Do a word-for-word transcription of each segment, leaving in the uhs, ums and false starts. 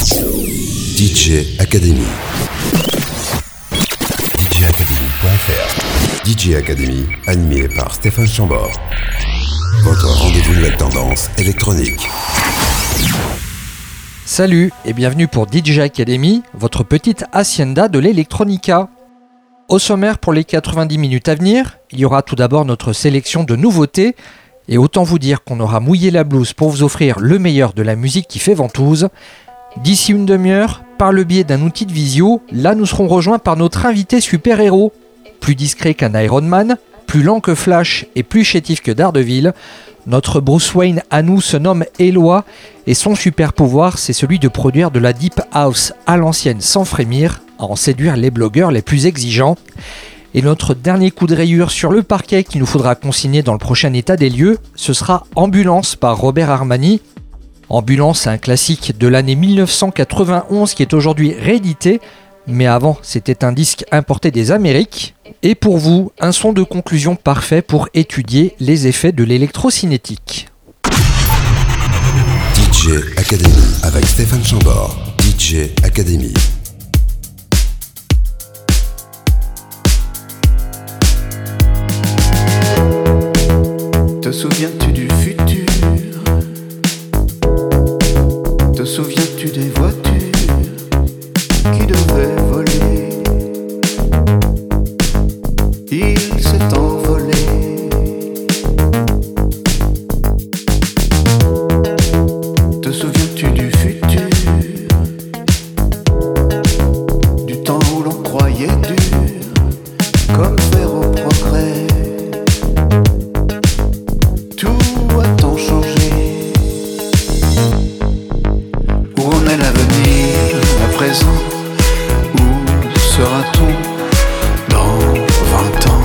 D J Academy. D J Academy point F R. D J Academy, animé par Stéphane Chambord. Votre rendez-vous de la tendance électronique. Salut et bienvenue pour D J Academy, votre petite hacienda de l'électronica. Au sommaire pour les quatre-vingt-dix minutes à venir, il y aura tout d'abord notre sélection de nouveautés. Et autant vous dire qu'on aura mouillé la blouse pour vous offrir le meilleur de la musique qui fait ventouse. D'ici une demi-heure, par le biais d'un outil de visio, là nous serons rejoints par notre invité super-héros. Plus discret qu'un Iron Man, plus lent que Flash et plus chétif que Daredevil, notre Bruce Wayne à nous se nomme Eloi et son super-pouvoir c'est celui de produire de la Deep House à l'ancienne sans frémir, à en séduire les blogueurs les plus exigeants. Et notre dernier coup de rayure sur le parquet qu'il nous faudra consigner dans le prochain état des lieux, ce sera Ambulance par Robert Armani. Ambulance, un classique de l'année dix-neuf cent quatre-vingt-onze qui est aujourd'hui réédité, mais avant c'était un disque importé des Amériques. Et pour vous, un son de conclusion parfait pour étudier les effets de l'électrocinétique. D J Academy avec Stéphane Chambord. D J Academy. Te souviens-tu du futur? Te souviens-tu des voitures qui devaient voler? Il s'est envolé. Te souviens-tu du futur? Du temps où l'on croyait dur, comme faire au progrès. Où sera-t-on dans vingt ans?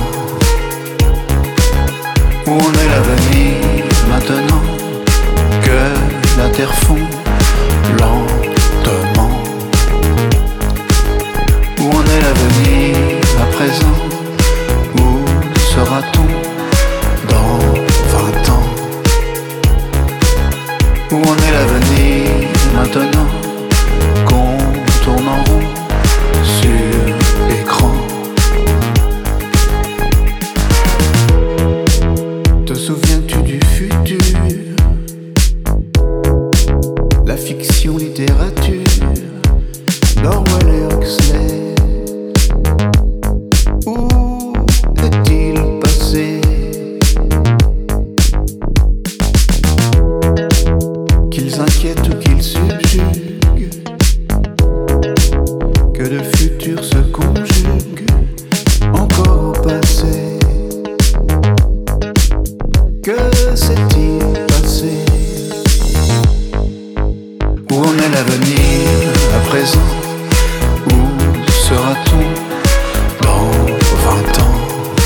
Où en est l'avenir maintenant que la terre fond lentement? Où en est l'avenir à présent? Où sera-t-on dans vingt ans? Où en est l'avenir maintenant qu'on tourne en rond sur l'écran? Te souviens-tu du futur? La fiction, littérature, d'Orwell et Huxley. Où est-il passé? Qu'ils inquiètent ou qu'ils subjuguent, que le futur se conjugue encore au passé. Que s'est-il passé? Où en est l'avenir à présent? Où sera-t-on dans vingt ans?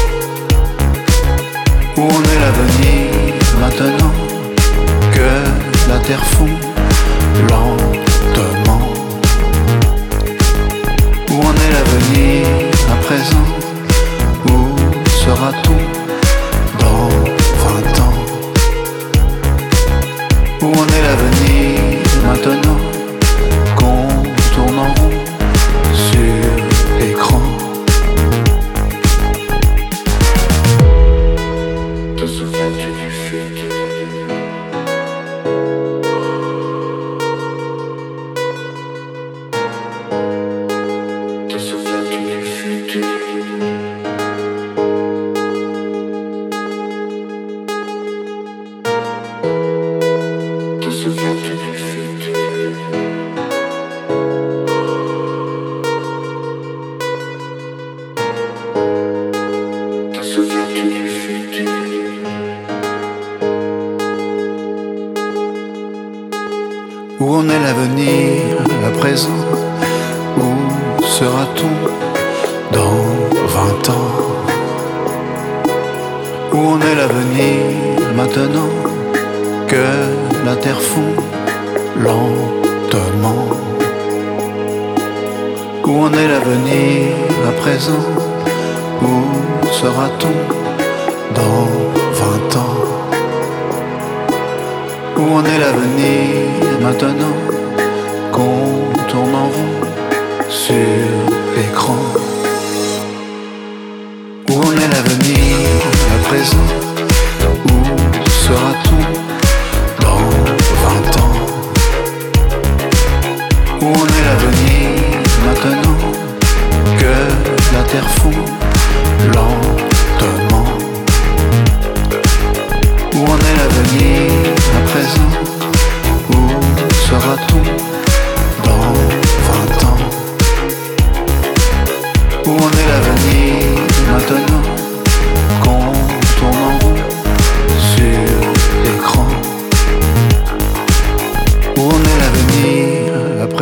Où en est l'avenir maintenant que la terre fond lentement? Où en est l'avenir à présent? Où sera-t-on dans vingt ans? Où en est l'avenir maintenant qu'on tourne en rond sur l'écran? Te souviens-tu du futur? Te souviens-tu du futur? Te souviens-tu du futur? Te souviens-tu du futur? Où en est l'avenir à présent? Où sera-t-on dans vingt ans? Où en est l'avenir maintenant que la terre fond lentement? Où en est l'avenir à présent? Où sera-t-on dans vingt ans? Où en est l'avenir maintenant qu'on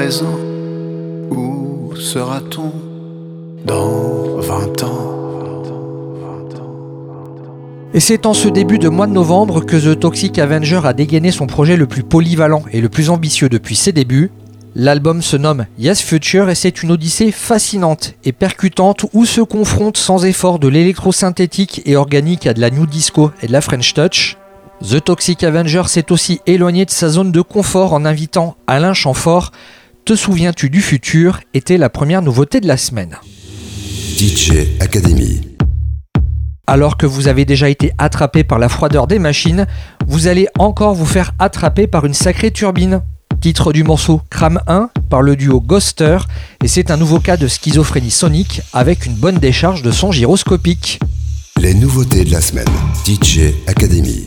présent, où sera-t-on dans vingt ans? Et c'est en ce début de mois de novembre que The Toxic Avenger a dégainé son projet le plus polyvalent et le plus ambitieux depuis ses débuts. L'album se nomme Yes Future et c'est une odyssée fascinante et percutante où se confrontent sans effort de l'électro-synthétique et organique à de la new disco et de la French touch. The Toxic Avenger s'est aussi éloigné de sa zone de confort en invitant Alain Chamfort. Te souviens-tu du futur était la première nouveauté de la semaine. D J Academy. Alors que vous avez déjà été attrapé par la froideur des machines, vous allez encore vous faire attraper par une sacrée turbine. Titre du morceau Cram un par le duo Ghoster, et c'est un nouveau cas de schizophrénie sonique avec une bonne décharge de son gyroscopique. Les nouveautés de la semaine. D J Academy.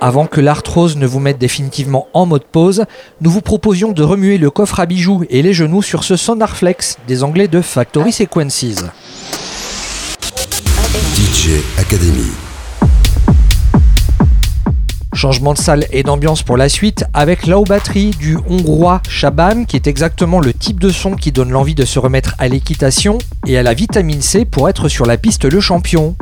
Avant que l'arthrose ne vous mette définitivement en mode pause, nous vous proposions de remuer le coffre à bijoux et les genoux sur ce Sonarflex des Anglais de Factory Sequences. D J Academy. Changement de salle et d'ambiance pour la suite avec la haut batterie du hongrois Shabam qui est exactement le type de son qui donne l'envie de se remettre à l'équitation et à la vitamine C pour être sur la piste le champion.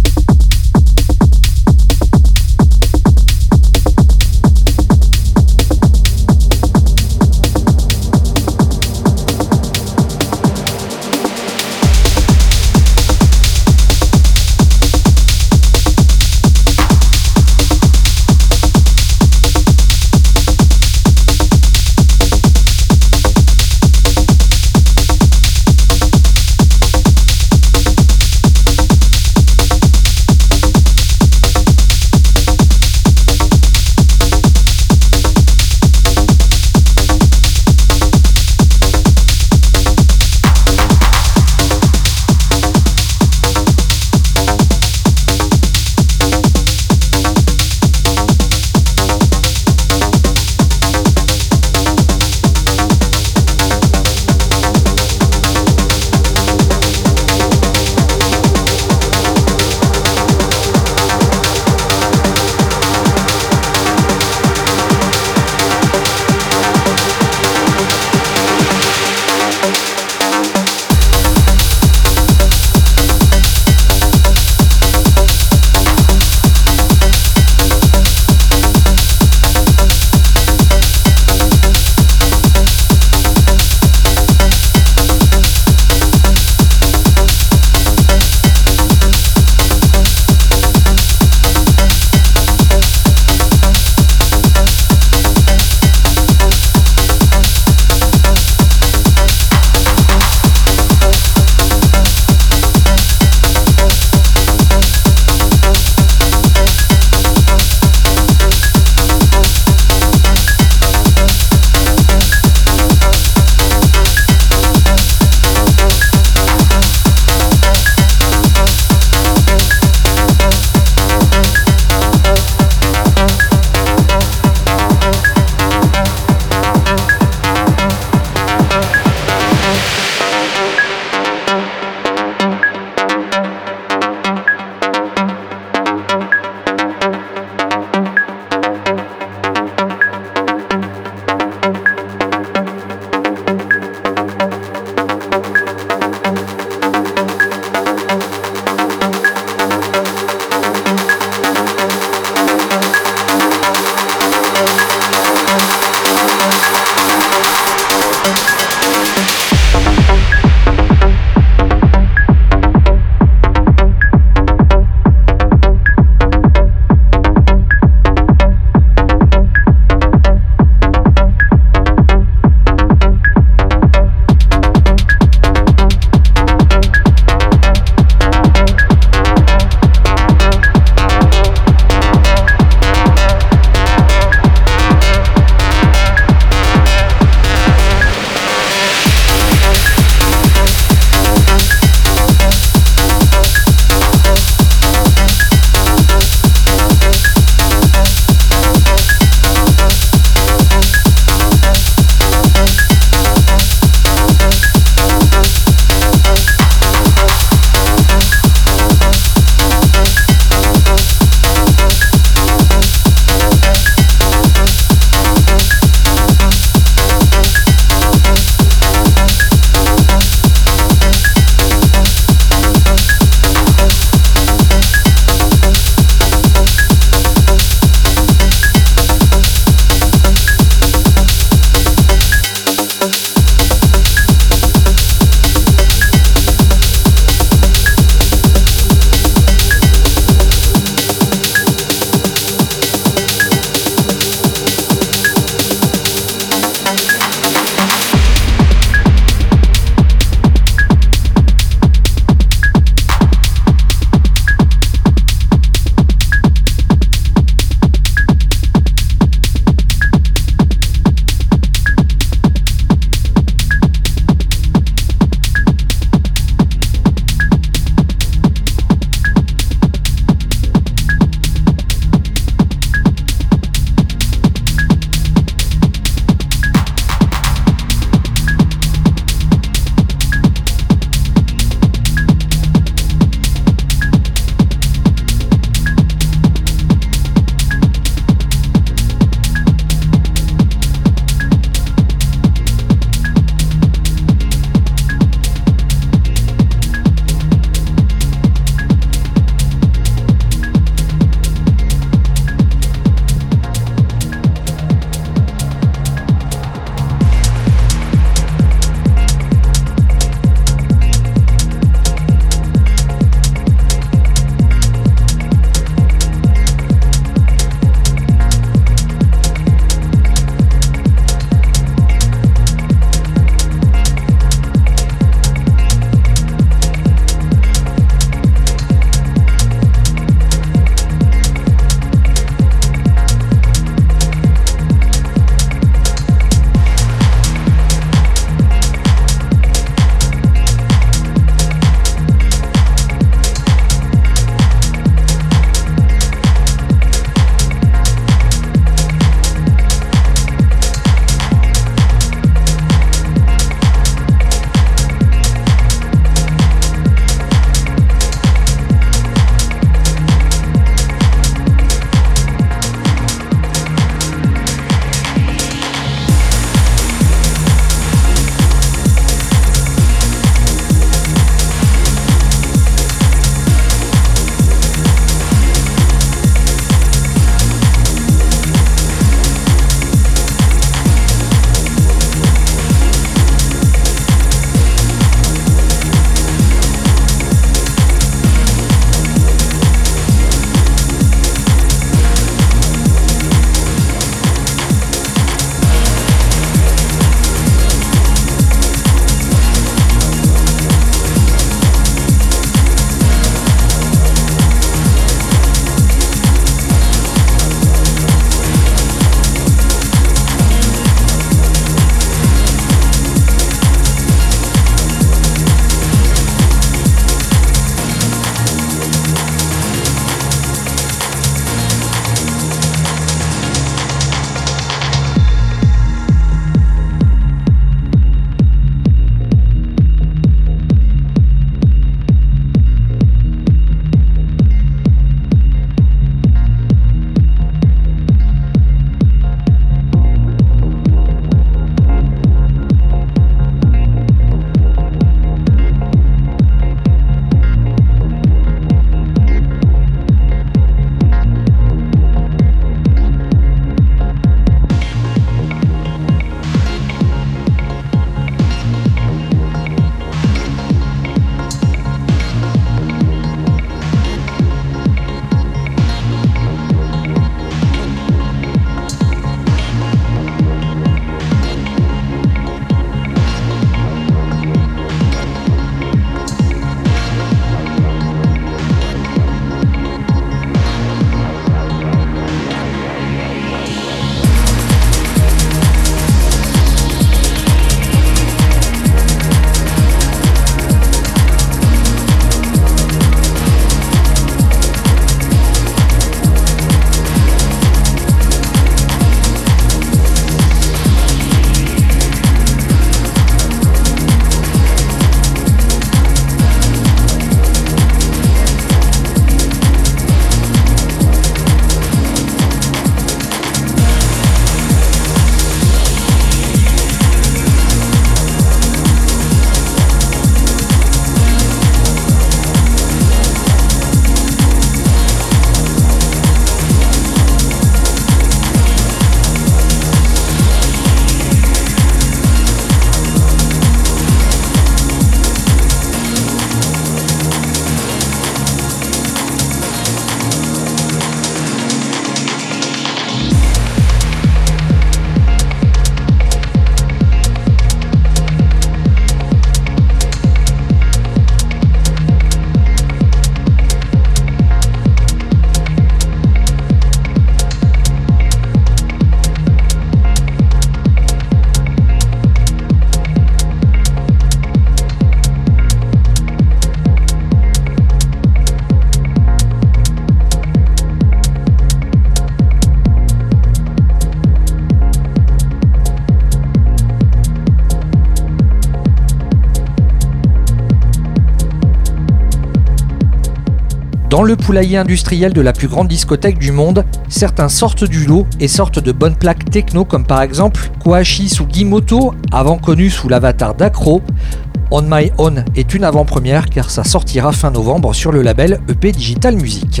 Dans le poulailler industriel de la plus grande discothèque du monde, certains sortent du lot et sortent de bonnes plaques techno comme par exemple Kouachi sous Gimoto, avant connu sous l'avatar d'Acro. On My Own est une avant-première car ça sortira fin novembre sur le label E P Digital Music.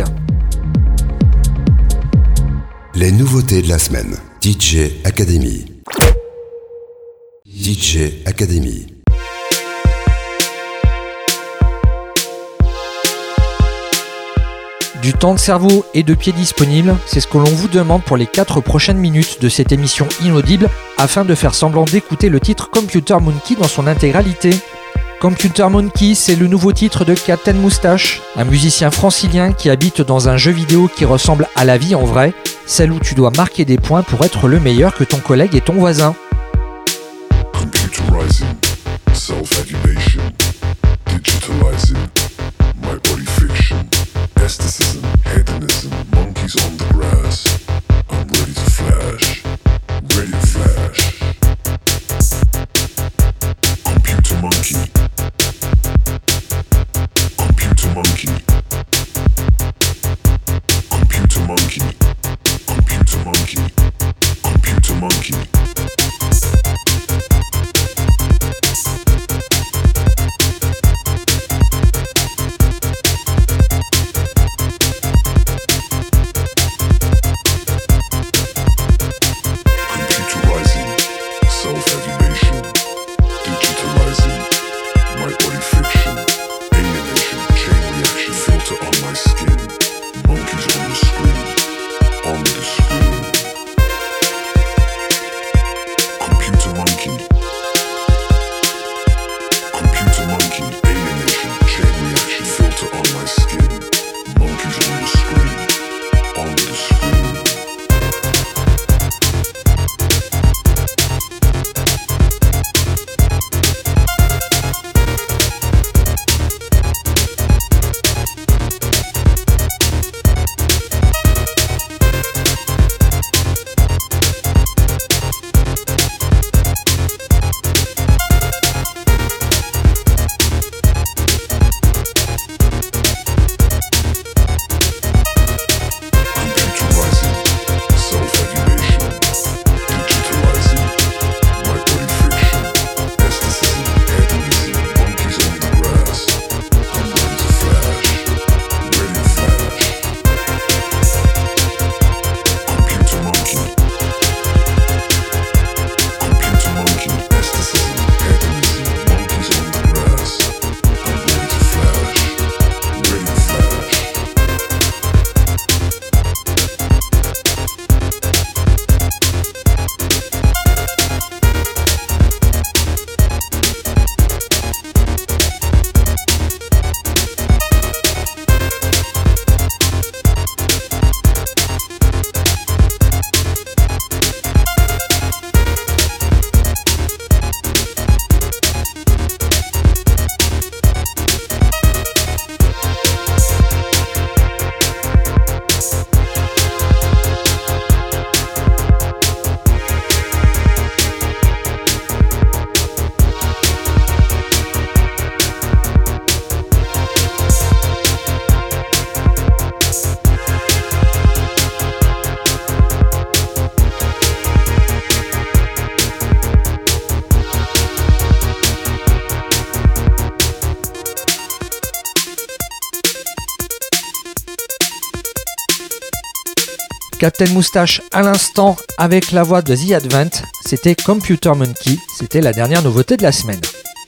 Les nouveautés de la semaine. D J Academy. D J Academy. Du temps de cerveau et de pied disponible, c'est ce que l'on vous demande pour les quatre prochaines minutes de cette émission inaudible afin de faire semblant d'écouter le titre Computer Monkey dans son intégralité. Computer Monkey, c'est le nouveau titre de Captain Moustache, un musicien francilien qui habite dans un jeu vidéo qui ressemble à la vie en vrai, celle où tu dois marquer des points pour être le meilleur que ton collègue et ton voisin. Computerizing, self-adulation, digitalizing, my body fiction, aestheticism, hedonism, monkeys on the grass, I'm ready to flash, ready to flash. Computer monkey, computer monkey, computer monkey, computer monkey, computer monkey. Captain Moustache à l'instant avec la voix de The Advent, c'était Computer Monkey, c'était la dernière nouveauté de la semaine.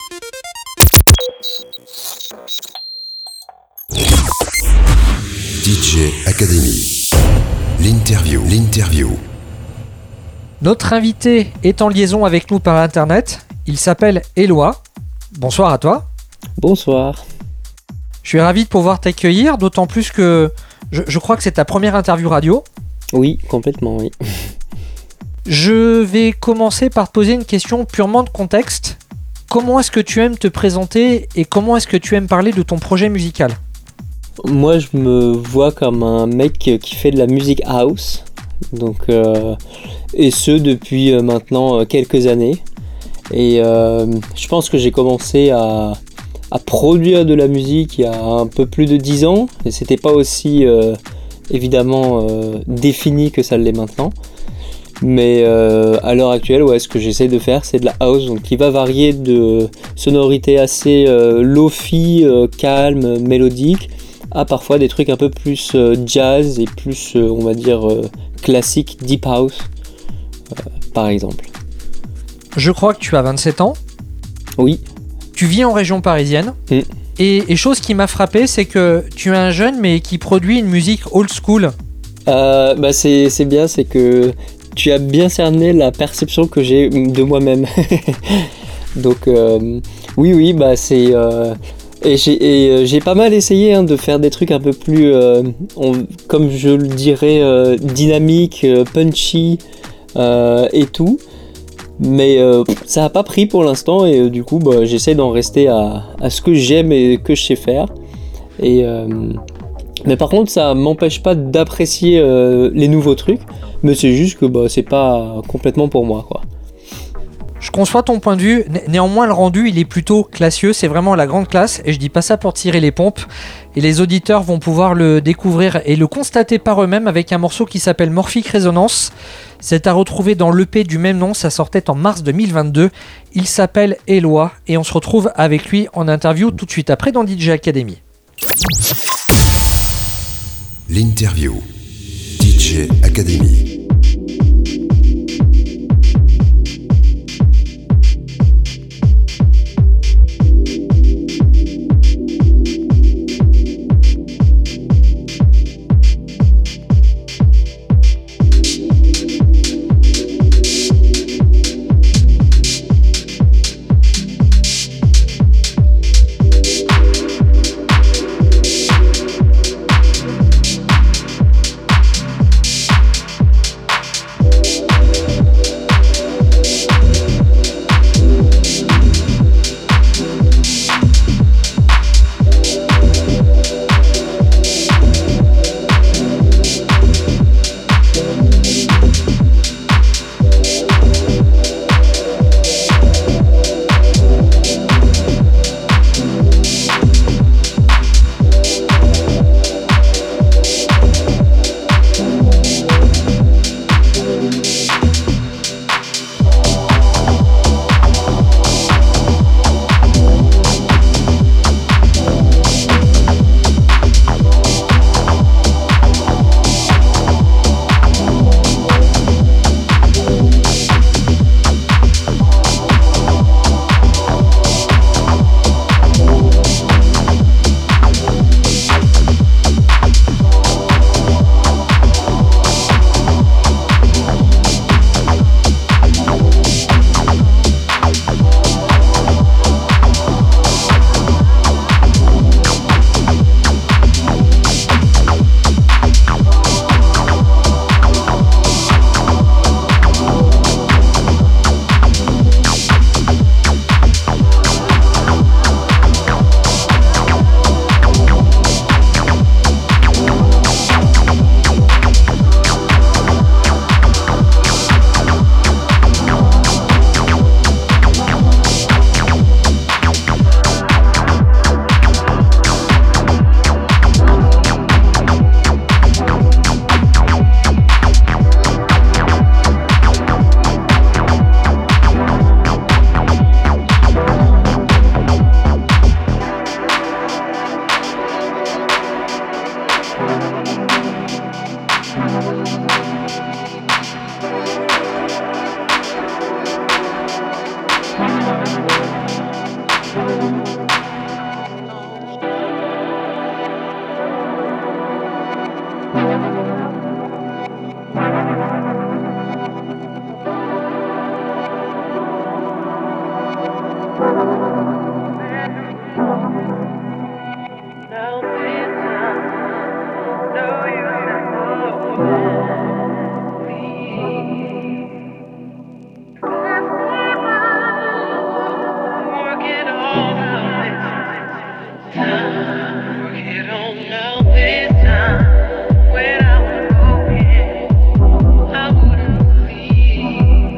D J Academy. L'interview. L'interview. Notre invité est en liaison avec nous par internet, il s'appelle Éloi. Bonsoir à toi. Bonsoir. Je suis ravi de pouvoir t'accueillir, d'autant plus que je, je crois que c'est ta première interview radio. Oui, complètement, oui. Je vais commencer par te poser une question purement de contexte. Comment est-ce que tu aimes te présenter et comment est-ce que tu aimes parler de ton projet musical ? Moi, je me vois comme un mec qui fait de la musique house, donc, euh, et ce depuis maintenant quelques années. Et euh, je pense que j'ai commencé à, à produire de la musique il y a un peu plus de dix ans, et c'était pas aussi euh, évidemment euh, défini que ça l'est maintenant. Mais euh, à l'heure actuelle, ouais, ce que j'essaie de faire, c'est de la house, donc qui va varier de sonorités assez euh, lo-fi, euh, calme, mélodique, à parfois des trucs un peu plus euh, jazz et plus, euh, on va dire, euh, classique, deep house, euh, par exemple. Je crois que tu as vingt-sept ans. Oui. Tu vis en région parisienne. Mm. Et, et chose qui m'a frappé, c'est que tu es un jeune, mais qui produit une musique old school. Euh, bah c'est, c'est bien, c'est que tu as bien cerné la perception que j'ai de moi-même. Donc euh, oui, oui, bah c'est... Euh, et, j'ai, et euh, j'ai pas mal essayé hein, de faire des trucs un peu plus, euh, on, comme je le dirais, euh, dynamique, euh, punchy euh, et tout. Mais euh, ça n'a pas pris pour l'instant et euh, du coup bah, j'essaie d'en rester à, à ce que j'aime et que je sais faire. Et... Euh, Mais par contre, ça m'empêche pas d'apprécier euh, les nouveaux trucs, mais c'est juste que bah, c'est pas complètement pour moi, quoi. Je conçois ton point de vue, Né- néanmoins le rendu il est plutôt classieux, c'est vraiment la grande classe et je dis pas ça pour tirer les pompes et les auditeurs vont pouvoir le découvrir et le constater par eux-mêmes avec un morceau qui s'appelle Morphic Resonance. C'est à retrouver dans l'E P du même nom, ça sortait en mars deux mille vingt-deux, il s'appelle Eloi et on se retrouve avec lui en interview tout de suite après dans D J Academy. L'interview. D J Academy.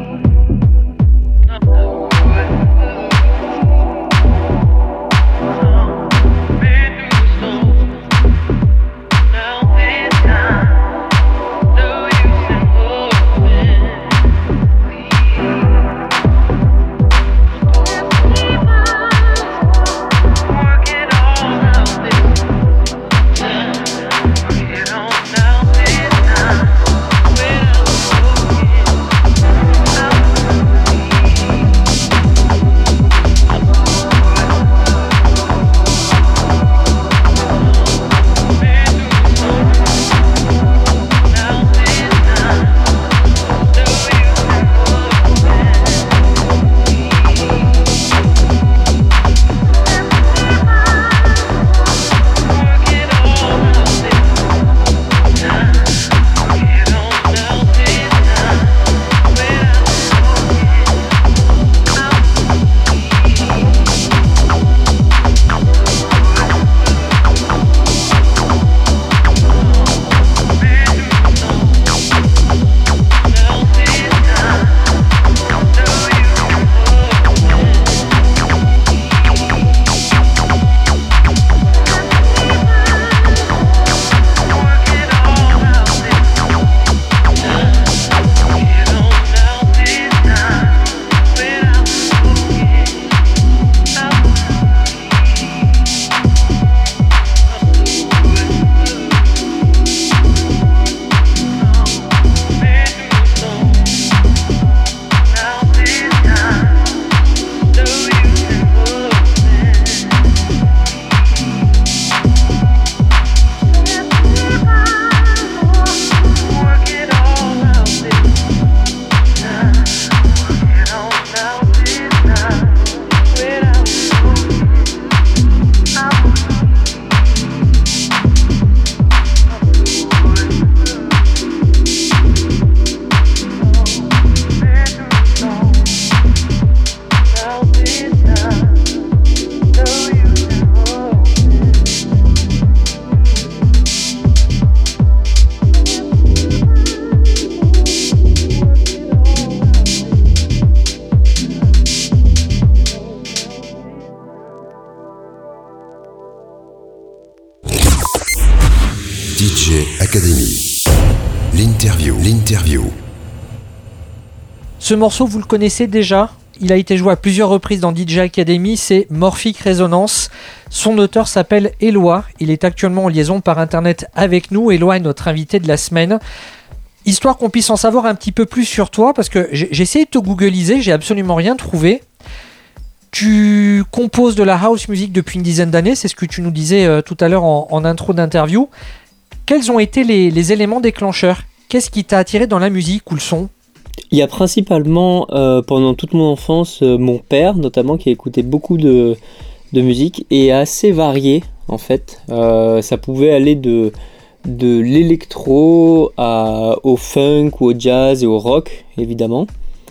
Oh, D J Academy. L'interview. L'interview. Ce morceau, vous le connaissez déjà ? Il a été joué à plusieurs reprises dans D J Academy, c'est Morphic Resonance. Son auteur s'appelle Eloi. Il est actuellement en liaison par internet avec nous. Eloi est notre invité de la semaine. Histoire qu'on puisse en savoir un petit peu plus sur toi, parce que j'ai, j'ai essayé de te googliser, j'ai absolument rien trouvé. Tu composes de la house music depuis une dizaine d'années, c'est ce que tu nous disais euh, tout à l'heure en, en intro d'interview. Quels ont été les, les éléments déclencheurs ? Qu'est-ce qui t'a attiré dans la musique ou le son ? Il y a principalement, euh, pendant toute mon enfance, euh, mon père notamment, qui écoutait beaucoup de, de musique et assez variée en fait. Euh, ça pouvait aller de, de l'électro à, au funk ou au jazz et au rock évidemment.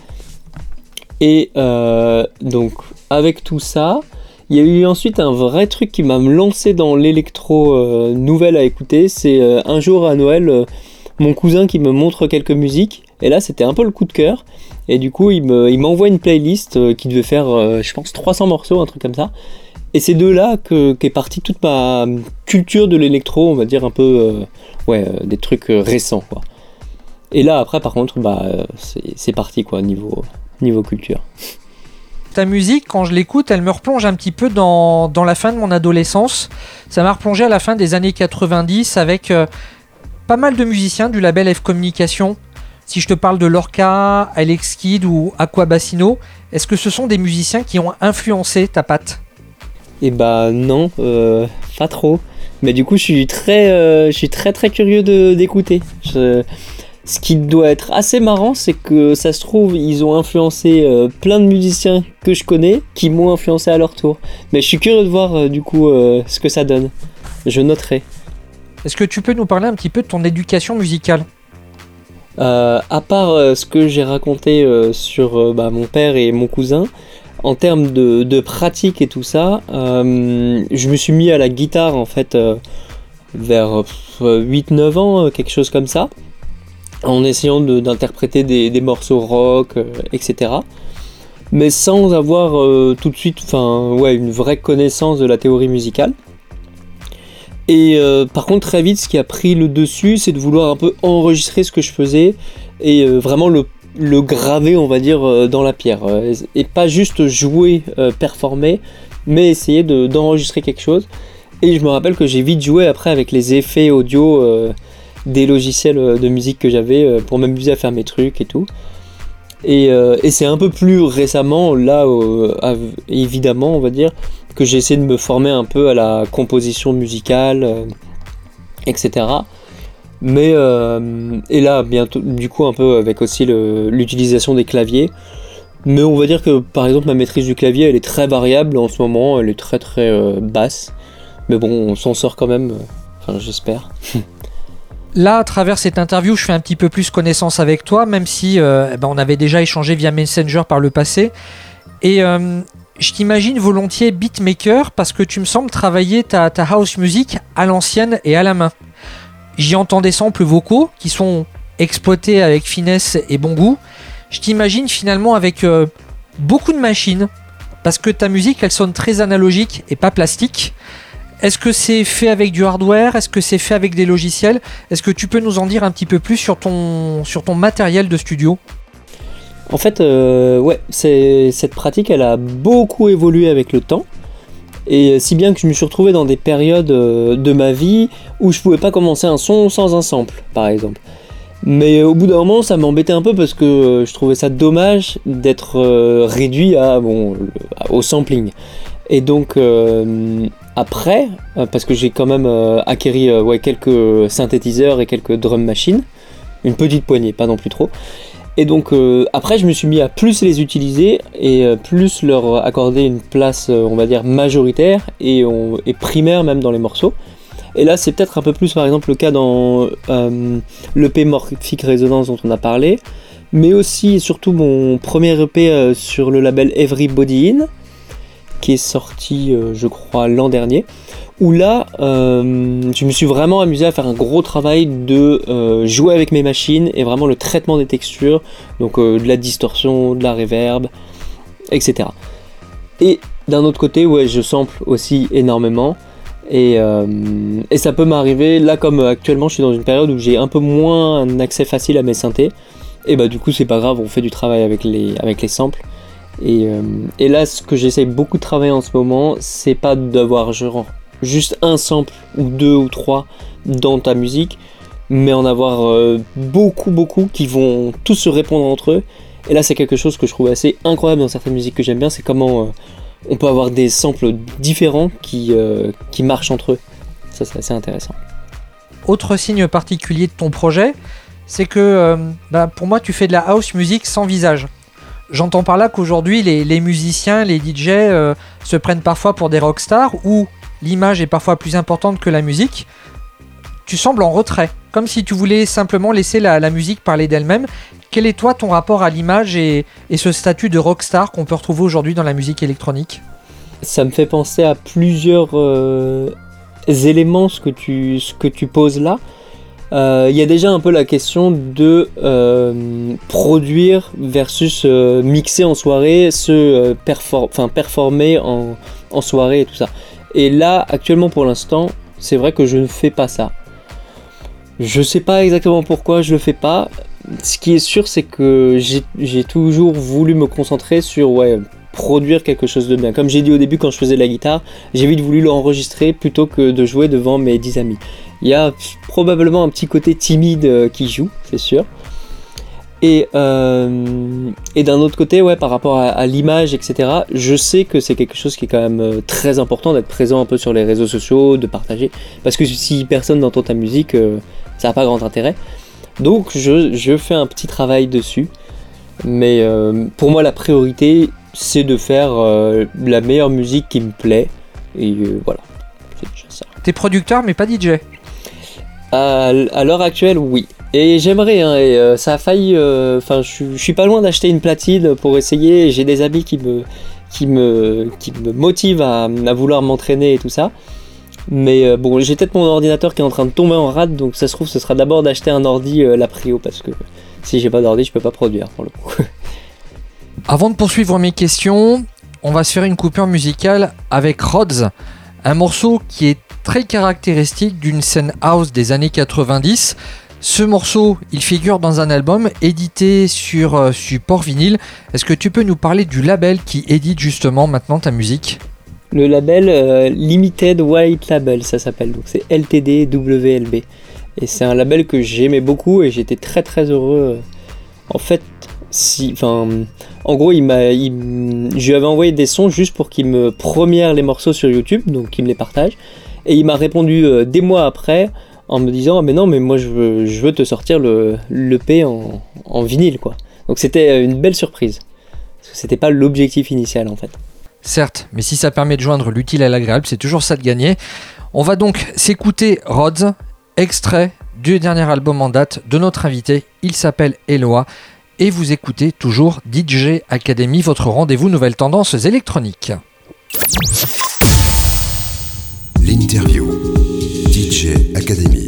Et euh, donc avec tout ça, il y a eu ensuite un vrai truc qui m'a lancé dans l'électro euh, nouvelle à écouter. C'est euh, un jour à Noël, euh, mon cousin qui me montre quelques musiques. Et là, c'était un peu le coup de cœur. Et du coup, il, me, il m'envoie une playlist euh, qui devait faire, euh, je pense, trois cents morceaux, un truc comme ça. Et c'est de là que, qu'est partie toute ma culture de l'électro, on va dire un peu, euh, ouais, euh, des trucs euh, récents, quoi. Et là, après, par contre, bah, euh, c'est, c'est parti, quoi, niveau, niveau culture. Ta musique, quand je l'écoute, elle me replonge un petit peu dans, dans la fin de mon adolescence. Ça m'a replongé à la fin des années quatre-vingt-dix avec euh, pas mal de musiciens du label F Communication. Si je te parle de Lorca, Alex Kidd ou Aqua Bassino, est-ce que ce sont des musiciens qui ont influencé ta patte ? Eh bah non, euh, pas trop. Mais du coup, je suis très, euh, je suis très très curieux de, d'écouter. Je... Ce qui doit être assez marrant, c'est que ça se trouve, ils ont influencé euh, plein de musiciens que je connais, qui m'ont influencé à leur tour. Mais je suis curieux de voir euh, du coup euh, ce que ça donne. Je noterai. Est-ce que tu peux nous parler un petit peu de ton éducation musicale ? Euh, à part euh, ce que j'ai raconté euh, sur euh, bah, mon père et mon cousin, en termes de, de pratique et tout ça, euh, je me suis mis à la guitare en fait euh, vers euh, huit neuf ans, euh, quelque chose comme ça, en essayant de, d'interpréter des, des morceaux rock, euh, et cetera. Mais sans avoir euh, tout de suite enfin, ouais, une vraie connaissance de la théorie musicale. Et euh, par contre très vite ce qui a pris le dessus c'est de vouloir un peu enregistrer ce que je faisais et euh, vraiment le, le graver on va dire euh, dans la pierre euh, et pas juste jouer, euh, performer mais essayer de, d'enregistrer quelque chose. Et je me rappelle que j'ai vite joué après avec les effets audio euh, des logiciels de musique que j'avais euh, pour m'amuser à faire mes trucs et tout. Et, euh, et c'est un peu plus récemment là euh, évidemment on va dire que j'ai essayé de me former un peu à la composition musicale, euh, et cetera. Mais euh, et là, bientôt, du coup, un peu avec aussi le, l'utilisation des claviers. Mais on va dire que, par exemple, ma maîtrise du clavier, elle est très variable en ce moment. Elle est très très euh, basse. Mais bon, on s'en sort quand même. Enfin, j'espère. Là, à travers cette interview, je fais un petit peu plus connaissance avec toi, même si euh, eh ben, on avait déjà échangé via Messenger par le passé. Et euh, je t'imagine volontiers beatmaker parce que tu me sembles travailler ta, ta house music à l'ancienne et à la main. J'y entends des samples vocaux qui sont exploités avec finesse et bon goût. Je t'imagine finalement avec euh, beaucoup de machines parce que ta musique elle sonne très analogique et pas plastique. Est-ce que c'est fait avec du hardware ? Est-ce que c'est fait avec des logiciels ? Est-ce que tu peux nous en dire un petit peu plus sur ton, sur ton matériel de studio ? En fait, euh, ouais, c'est, cette pratique, elle a beaucoup évolué avec le temps. Et si bien que je me suis retrouvé dans des périodes euh, de ma vie où je pouvais pas commencer un son sans un sample, par exemple. Mais au bout d'un moment, ça m'embêtait un peu parce que euh, je trouvais ça dommage d'être euh, réduit à, bon, au sampling. Et donc, euh, après, euh, parce que j'ai quand même euh, acquéri euh, ouais, quelques synthétiseurs et quelques drum machines, une petite poignée, pas non plus trop. Et donc euh, après je me suis mis à plus les utiliser et euh, plus leur accorder une place euh, on va dire majoritaire et, on, et primaire même dans les morceaux. Et là c'est peut-être un peu plus par exemple le cas dans euh, l'E P Morphic Resonance dont on a parlé, mais aussi et surtout mon premier E P euh, sur le label Everybody In qui est sorti euh, je crois l'an dernier, où là euh, je me suis vraiment amusé à faire un gros travail de euh, jouer avec mes machines et vraiment le traitement des textures, donc euh, de la distorsion, de la reverb, et cetera. Et d'un autre côté, ouais, je sample aussi énormément. Et, euh, et ça peut m'arriver, là comme actuellement je suis dans une période où j'ai un peu moins un accès facile à mes synthés, et bah du coup c'est pas grave, on fait du travail avec les, avec les samples. Et, euh, et là ce que j'essaye beaucoup de travailler en ce moment, c'est pas d'avoir genre juste un sample ou deux ou trois dans ta musique, mais en avoir euh, beaucoup beaucoup qui vont tous se répondre entre eux. Et là c'est quelque chose que je trouve assez incroyable dans certaines musiques que j'aime bien, c'est comment... Euh, on peut avoir des samples différents qui, euh, qui marchent entre eux. Ça, c'est assez intéressant. Autre signe particulier de ton projet, c'est que euh, bah, pour moi, tu fais de la house music sans visage. J'entends par là qu'aujourd'hui, les, les musiciens, les D J euh, se prennent parfois pour des rockstars où l'image est parfois plus importante que la musique. Tu sembles en retrait, comme si tu voulais simplement laisser la, la musique parler d'elle-même. Quel est toi ton rapport à l'image et, et ce statut de rockstar qu'on peut retrouver aujourd'hui dans la musique électronique ? Ça me fait penser à plusieurs euh, éléments ce que tu, ce que tu poses là. Il euh, y a déjà un peu la question de euh, produire versus euh, mixer en soirée, se euh, perfor- enfin, performer en, en soirée et tout ça. Et là, actuellement pour l'instant, c'est vrai que je ne fais pas ça. Je sais pas exactement pourquoi je le fais pas. Ce qui est sûr, c'est que j'ai, j'ai toujours voulu me concentrer sur ouais, produire quelque chose de bien. Comme j'ai dit au début quand je faisais de la guitare, j'ai vite voulu l'enregistrer plutôt que de jouer devant mes dix amis. Il y a probablement un petit côté timide qui joue, c'est sûr. Et, euh, et d'un autre côté, ouais, par rapport à, à l'image, et cetera, je sais que c'est quelque chose qui est quand même très important d'être présent un peu sur les réseaux sociaux, de partager. Parce que si personne n'entend ta musique, euh, ça n'a pas grand intérêt. Donc je, je fais un petit travail dessus, mais euh, pour moi la priorité c'est de faire euh, la meilleure musique qui me plaît, et euh, voilà, c'est déjà ça. T'es producteur mais pas D J ? À, à l'heure actuelle, oui. Et j'aimerais, hein, et, euh, ça a failli, enfin euh, je, je suis pas loin d'acheter une platine pour essayer, j'ai des amis qui me, qui me, qui me motivent à, à vouloir m'entraîner et tout ça. Mais euh, bon, j'ai peut-être mon ordinateur qui est en train de tomber en rade, donc ça se trouve ce sera d'abord d'acheter un ordi euh, la prio, parce que si j'ai pas d'ordi je peux pas produire pour le coup. Avant de poursuivre mes questions, on va se faire une coupure musicale avec Rhodes, un morceau qui est très caractéristique d'une scène house des années quatre-vingt-dix. Ce morceau, il figure dans un album édité sur euh, support vinyle. Est-ce que tu peux nous parler du label qui édite justement maintenant ta musique ? Le label euh, Limited White Label, ça s'appelle, donc c'est L T D W L B. Et c'est un label que j'aimais beaucoup et j'étais très très heureux. En fait, si, enfin, en gros, il m'a, il, je lui avais envoyé des sons juste pour qu'il me première les morceaux sur YouTube, donc qu'il me les partage. Et il m'a répondu euh, des mois après en me disant ah, mais non, mais moi je veux, je veux te sortir le l'E P en, en vinyle, quoi. Donc c'était une belle surprise. Parce que c'était pas l'objectif initial en fait. Certes, mais si ça permet de joindre l'utile à l'agréable, c'est toujours ça de gagner. On va donc s'écouter Rhodes, extrait du dernier album en date de notre invité. Il s'appelle Eloa et vous écoutez toujours D J Academy, votre rendez-vous nouvelles tendances électroniques. L'interview D J Academy.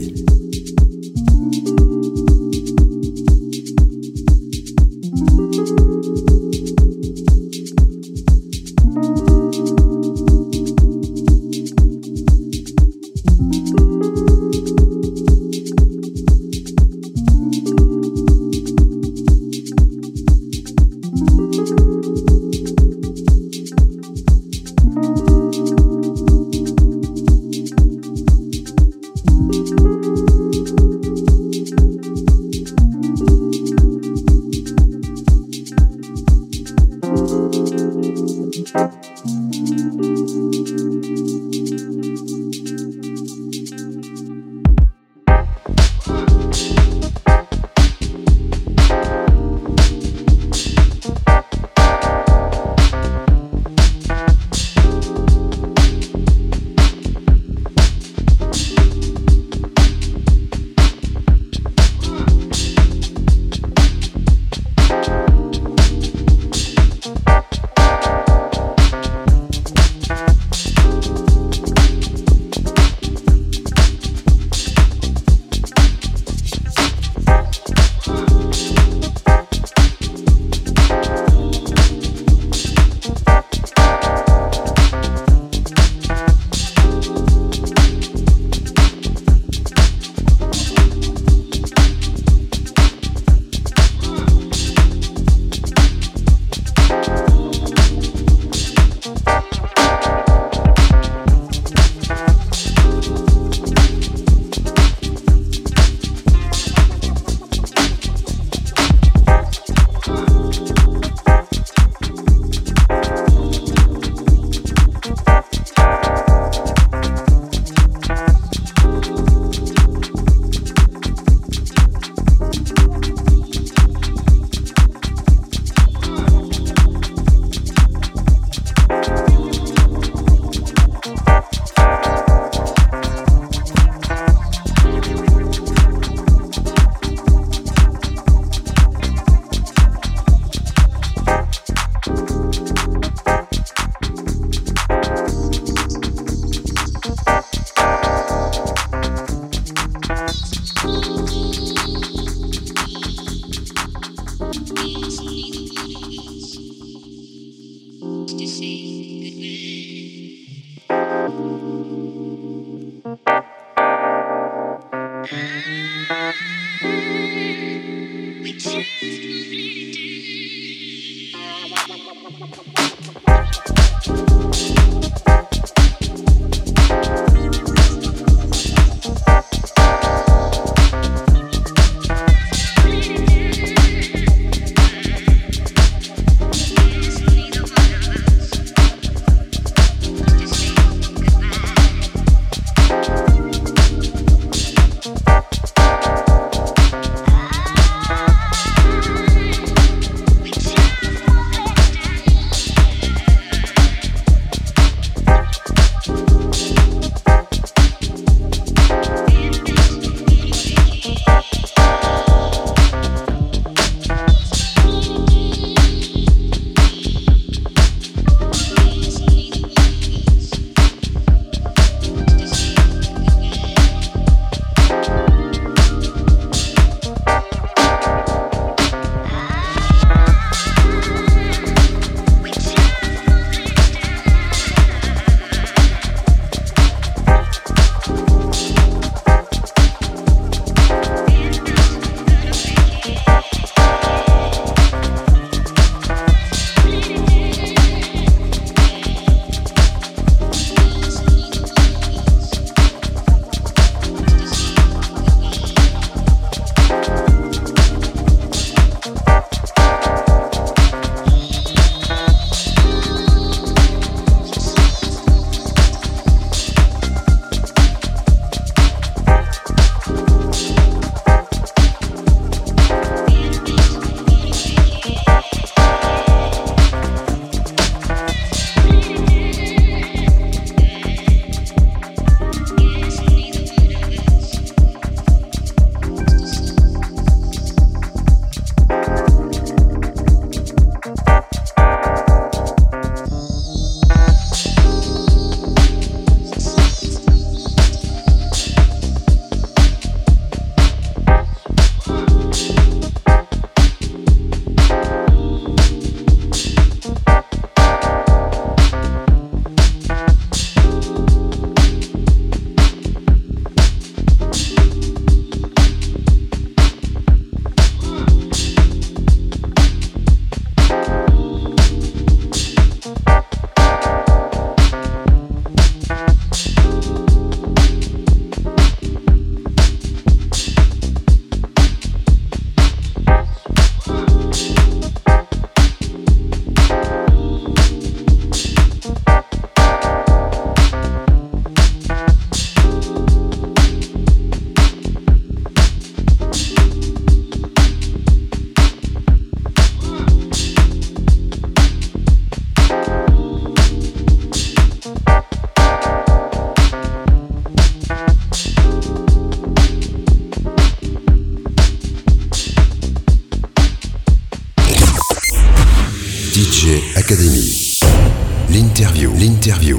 D J Academy. L'interview. L'interview.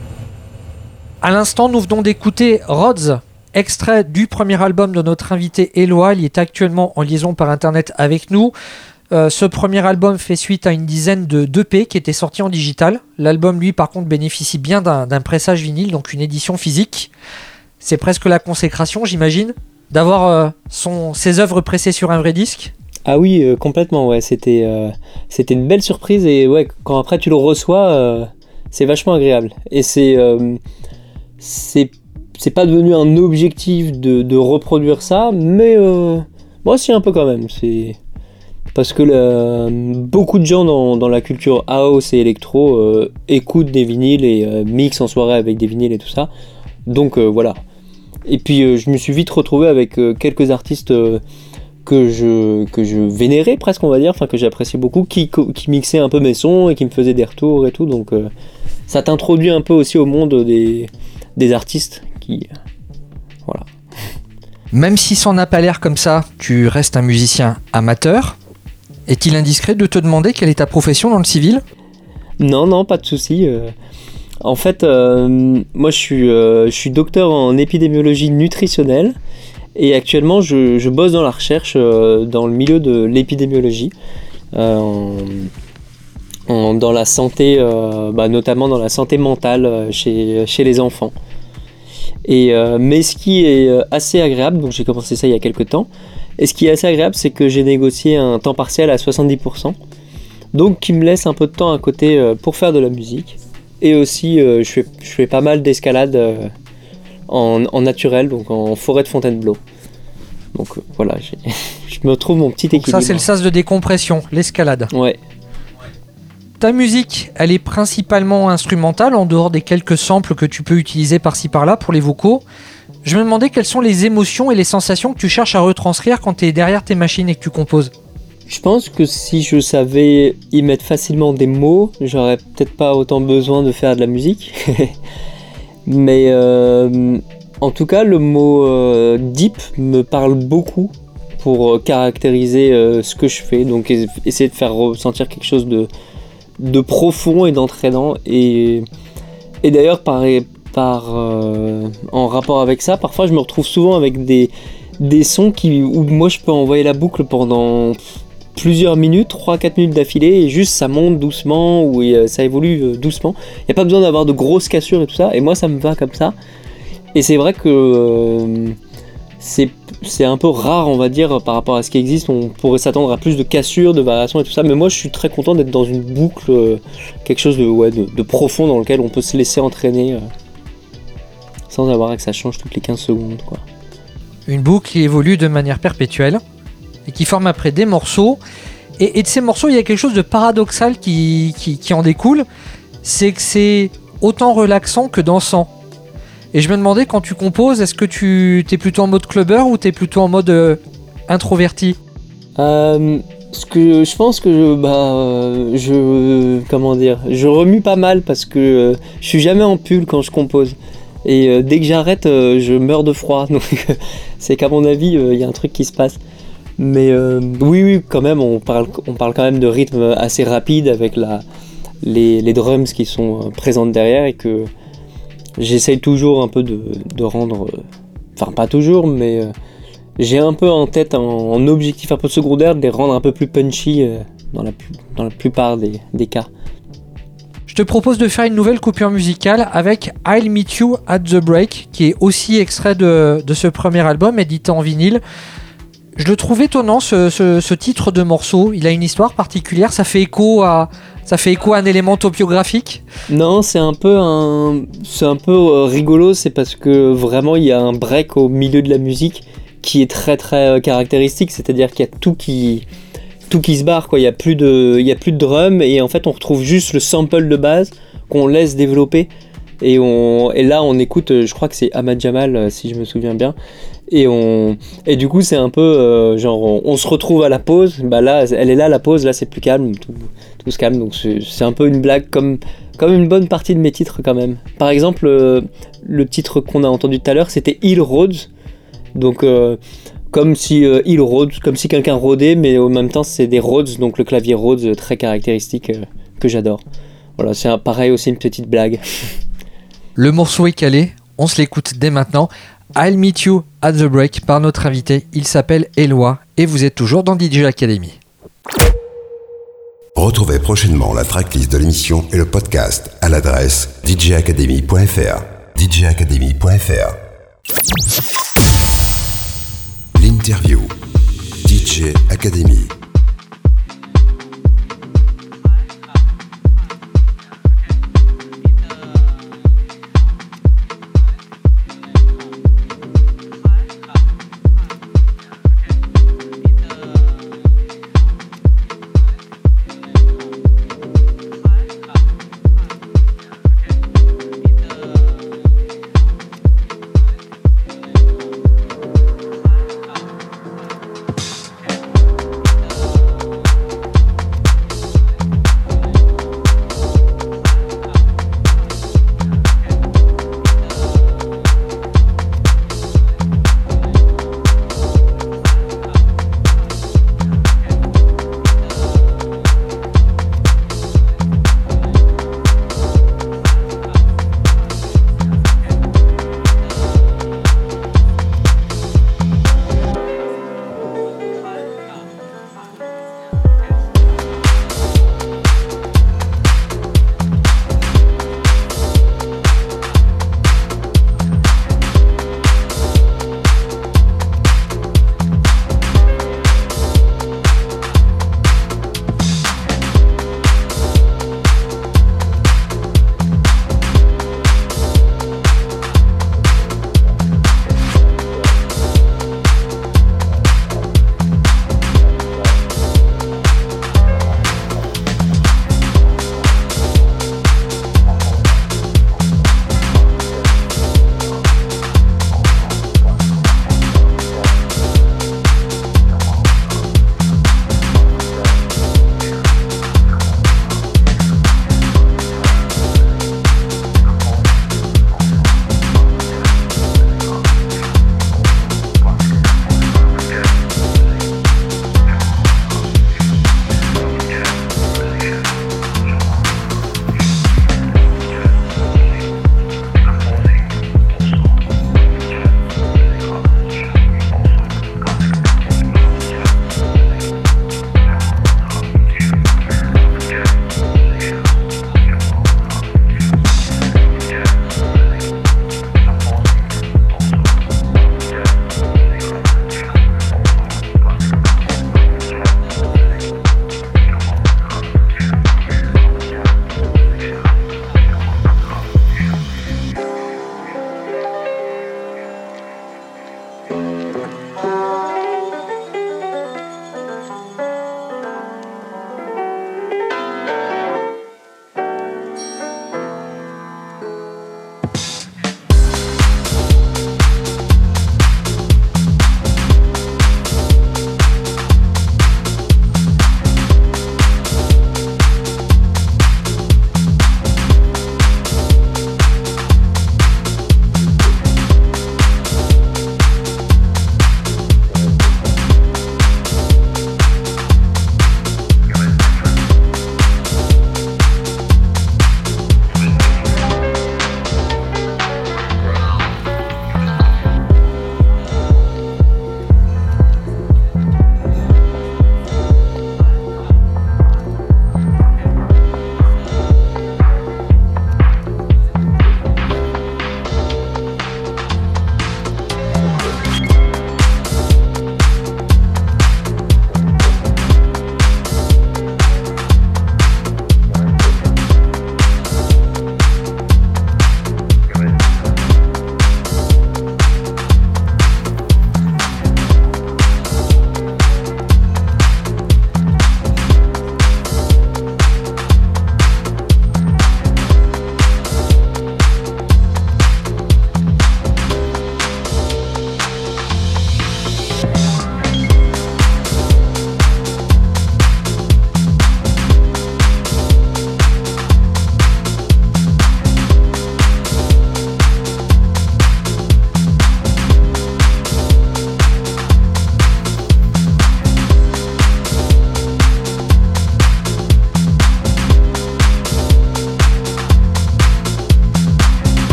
À l'instant, nous venons d'écouter Rhodes, extrait du premier album de notre invité Éloi. Il est actuellement en liaison par internet avec nous. Euh, ce premier album fait suite à une dizaine de d'E P qui étaient sortis en digital. L'album, lui, par contre, bénéficie bien d'un, d'un pressage vinyle, donc une édition physique. C'est presque la consécration, j'imagine, d'avoir euh, son, ses œuvres pressées sur un vrai disque. Ah oui, euh, complètement, ouais. C'était, euh, c'était une belle surprise et ouais, quand après tu le reçois, euh, c'est vachement agréable. Et c'est, euh, c'est, c'est pas devenu un objectif de, de reproduire ça, mais euh, moi, si un peu quand même. C'est parce que la, beaucoup de gens dans, dans la culture house et électro euh, écoutent des vinyles et euh, mixent en soirée avec des vinyles et tout ça. Donc euh, voilà. Et puis euh, je me suis vite retrouvé avec euh, quelques artistes euh, que je que je vénérais presque, on va dire, enfin que j'appréciais beaucoup, qui qui mixaient un peu mes sons et qui me faisaient des retours et tout. Donc euh, ça t'introduit un peu aussi au monde des des artistes qui euh, voilà. Même si ça n'a pas l'air comme ça, tu restes un musicien amateur. Est-il indiscret de te demander quelle est ta profession dans le civil ? Non, non, pas de souci. Euh, en fait, euh, moi, je suis, euh, je suis docteur en épidémiologie nutritionnelle et actuellement, je, je bosse dans la recherche euh, dans le milieu de l'épidémiologie, euh, en, en, dans la santé, euh, bah, notamment dans la santé mentale euh, chez, chez les enfants. Et, euh, mais ce qui est assez agréable, donc j'ai commencé ça il y a quelques temps, et ce qui est assez agréable, c'est que j'ai négocié un temps partiel à soixante-dix pour cent, donc qui me laisse un peu de temps à côté euh, pour faire de la musique. Et aussi, euh, je, fais, je fais pas mal d'escalade euh, en, en naturel, donc en forêt de Fontainebleau. Donc euh, voilà, j'ai, je me trouve mon petit équilibre. Donc ça, c'est le sas de décompression, l'escalade. Ouais. Ta musique, elle est principalement instrumentale, en dehors des quelques samples que tu peux utiliser par-ci par-là pour les vocaux. Je me demandais quelles sont les émotions et les sensations que tu cherches à retranscrire quand tu es derrière tes machines et que tu composes. Je pense que si je savais y mettre facilement des mots, j'aurais peut-être pas autant besoin de faire de la musique. Mais euh, en tout cas, le mot euh, deep me parle beaucoup pour caractériser euh, ce que je fais. Donc essayer de faire ressentir quelque chose de, de profond et d'entraînant. Et, et d'ailleurs, par, par, euh, en rapport avec ça, parfois je me retrouve souvent avec des, des sons qui, où moi je peux envoyer la boucle pendant plusieurs minutes, trois à quatre minutes d'affilée, et juste ça monte doucement, ou ça évolue doucement. Il n'y a pas besoin d'avoir de grosses cassures et tout ça, et moi ça me va comme ça. Et c'est vrai que euh, c'est, c'est un peu rare, on va dire, par rapport à ce qui existe. On pourrait s'attendre à plus de cassures, de variations et tout ça, mais moi je suis très content d'être dans une boucle, euh, quelque chose de, ouais, de, de profond dans lequel on peut se laisser entraîner euh, sans avoir que ça change toutes les quinze secondes, quoi. Une boucle qui évolue de manière perpétuelle et qui forme après des morceaux. Et, et de ces morceaux, il y a quelque chose de paradoxal qui, qui, qui en découle, c'est que c'est autant relaxant que dansant. Et je me demandais, quand tu composes, est-ce que tu es plutôt en mode clubbeur ou tu es plutôt en mode euh, introverti ? euh, ce que je pense que bah je comment dire, je remue pas mal parce que euh, je suis jamais en pull quand je compose. Et euh, dès que j'arrête, euh, je meurs de froid. Donc c'est qu'à mon avis, il euh, y a un truc qui se passe. Mais euh, oui, oui, quand même, on parle, on parle quand même de rythme assez rapide avec la, les, les drums qui sont présentes derrière et que j'essaye toujours un peu de, de rendre... Enfin, pas toujours, mais euh, j'ai un peu en tête, en, en objectif un peu secondaire, de les rendre un peu plus punchy euh, dans, la, dans la plupart des, des cas. Je te propose de faire une nouvelle coupure musicale avec I'll Meet You at the Break, qui est aussi extrait de, de ce premier album édité en vinyle. Je le trouve étonnant, ce, ce, ce titre de morceau. Il a une histoire particulière, ça fait écho à, ça fait écho à un élément topiographique. Non, c'est un peu, un, c'est un peu euh, rigolo, c'est parce que vraiment il y a un break au milieu de la musique qui est très très euh, caractéristique, c'est-à-dire qu'il y a tout qui... tout qui se barre, quoi. Il y a plus de, il y a plus de drum et en fait on retrouve juste le sample de base qu'on laisse développer et on, et là on écoute, je crois que c'est Ahmad Jamal si je me souviens bien, et on, et du coup c'est un peu euh, genre on, on se retrouve à la pause, bah là elle est là la pause, là c'est plus calme, tout, tout se calme, donc c'est, c'est un peu une blague comme, comme une bonne partie de mes titres quand même. Par exemple euh, le titre qu'on a entendu tout à l'heure c'était Hill Roads, donc euh, comme si euh, il rôde, comme si quelqu'un rôdait, mais en même temps c'est des Rhodes, donc le clavier Rhodes très caractéristique euh, que j'adore. Voilà, c'est un, pareil aussi une petite blague. Le morceau est calé, on se l'écoute dès maintenant. I'll Meet You at the Break par notre invité, il s'appelle Eloi et vous êtes toujours dans D J Academy. Retrouvez prochainement la tracklist de l'émission et le podcast à l'adresse d j academy point f r. d j academy point f r. L'interview D J Academy.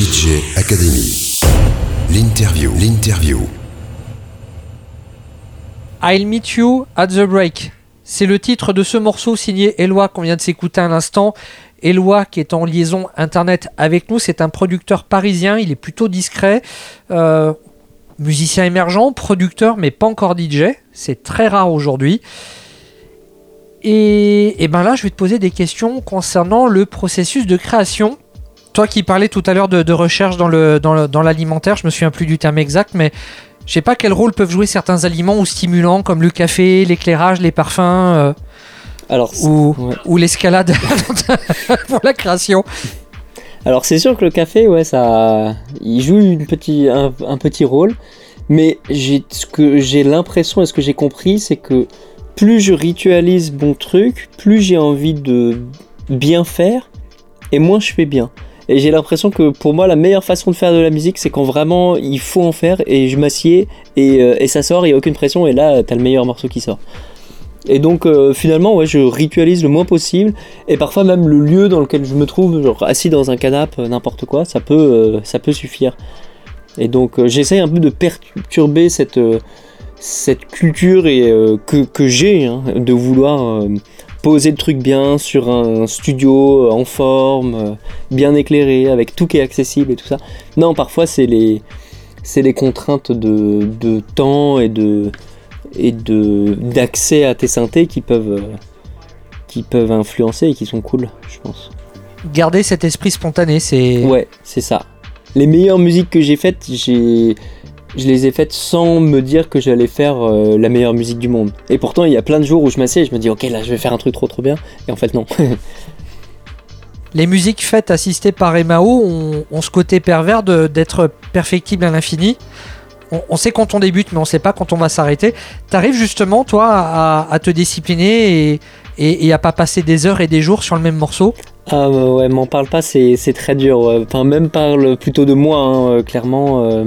D J Academy. L'interview. L'interview. I'll Meet You at the Break. C'est le titre de ce morceau signé Eloi qu'on vient de s'écouter à l'instant. Eloi qui est en liaison internet avec nous, c'est un producteur parisien, il est plutôt discret. Euh, musicien émergent, producteur mais pas encore D J, c'est très rare aujourd'hui. Et, et ben là je vais te poser des questions concernant le processus de création. Toi qui parlais tout à l'heure de, de recherche dans, le, dans, le, dans l'alimentaire, je me souviens plus du terme exact, mais je sais pas quel rôle peuvent jouer certains aliments ou stimulants comme le café, l'éclairage, les parfums euh, Alors, ou, ouais. ou l'escalade pour la création. Alors c'est sûr que le café, ouais, ça, il joue une petit, un, un petit rôle, mais j'ai, ce que j'ai l'impression et ce que j'ai compris, c'est que plus je ritualise mon truc, plus j'ai envie de bien faire et moins je fais bien. Et j'ai l'impression que pour moi la meilleure façon de faire de la musique, c'est quand vraiment il faut en faire et je m'assieds et, euh, et ça sort, il n'y a aucune pression et là t'as le meilleur morceau qui sort. Et donc euh, finalement ouais, je ritualise le moins possible et parfois même le lieu dans lequel je me trouve, genre assis dans un canapé, n'importe quoi, ça peut, euh, ça peut suffire. Et donc euh, j'essaye un peu de perturber cette, euh, cette culture et, euh, que, que j'ai hein, de vouloir euh, poser le truc bien sur un studio en forme, euh, bien éclairé, avec tout qui est accessible et tout ça. Non, parfois c'est les, c'est les contraintes de, de temps et de... et de, d'accès à tes synthés qui peuvent, euh, qui peuvent influencer et qui sont cool, je pense. Garder cet esprit spontané, c'est... Ouais, c'est ça. Les meilleures musiques que j'ai faites, j'ai, je les ai faites sans me dire que j'allais faire euh, la meilleure musique du monde. Et pourtant, il y a plein de jours où je m'assieds et je me dis « Ok, là, je vais faire un truc trop trop bien. » Et en fait, non. Les musiques faites assistées par M A O ont, ont ce côté pervers de, d'être perfectibles à l'infini. On sait quand on débute, mais on sait pas quand on va s'arrêter. T'arrives justement, toi, à, à te discipliner et, et, et à pas passer des heures et des jours sur le même morceau? Ah ouais, m'en parle pas, c'est, c'est très dur. Ouais. Enfin, même parle plutôt de moi, hein, clairement. Euh,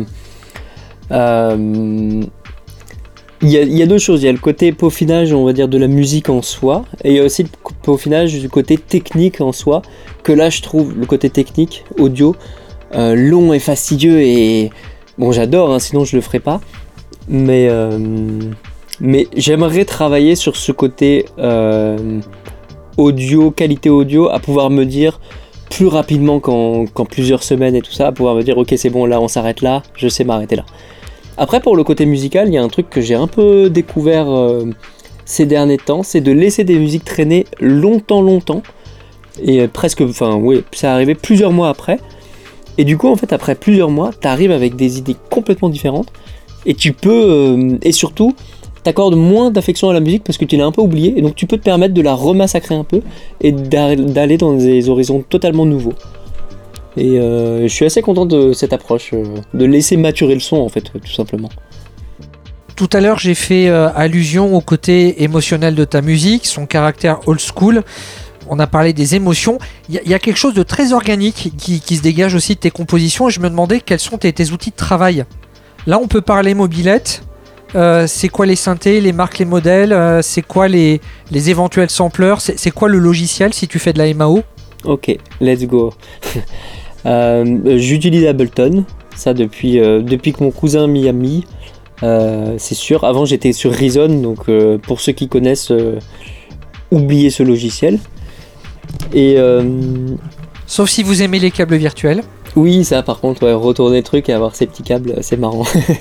euh, il y a, il y a deux choses. Il y a le côté peaufinage, on va dire, de la musique en soi, et il y a aussi le peaufinage du côté technique en soi, que là, je trouve le côté technique, audio, euh, long et fastidieux et... Bon, j'adore, hein, sinon je le ferais pas. Mais, euh, mais j'aimerais travailler sur ce côté euh, audio, qualité audio, à pouvoir me dire plus rapidement qu'en, qu'en plusieurs semaines et tout ça, à pouvoir me dire ok c'est bon là on s'arrête là, je sais m'arrêter là. Après pour le côté musical, il y a un truc que j'ai un peu découvert euh, ces derniers temps, c'est de laisser des musiques traîner longtemps longtemps. Et presque, enfin oui, ça arrivait plusieurs mois après. Et du coup, en fait, après plusieurs mois, t'arrives avec des idées complètement différentes. Et tu peux... Euh, et surtout, t'accordes moins d'affection à la musique parce que tu l'as un peu oubliée. Et donc, tu peux te permettre de la remassacrer un peu et d'aller dans des horizons totalement nouveaux. Et euh, je suis assez content de cette approche, euh, de laisser maturer le son, en fait, tout simplement. Tout à l'heure, j'ai fait euh, allusion au côté émotionnel de ta musique, son caractère old school. On a parlé des émotions. Il y, y a quelque chose de très organique qui, qui se dégage aussi de tes compositions et je me demandais quels sont tes, tes outils de travail. Là, on peut parler mobilette. Euh, c'est quoi les synthés, les marques, les modèles euh, c'est quoi les, les éventuels sampleurs c'est, c'est quoi le logiciel si tu fais de la M A O? Ok, let's go. euh, j'utilise Ableton. Ça depuis, euh, depuis que mon cousin m'y a mis. Euh, c'est sûr. Avant, j'étais sur Reason. Donc, euh, pour ceux qui connaissent, euh, oubliez ce logiciel. Et euh... sauf si vous aimez les câbles virtuels. Oui, ça par contre, ouais, retourner le truc et avoir ces petits câbles, c'est marrant.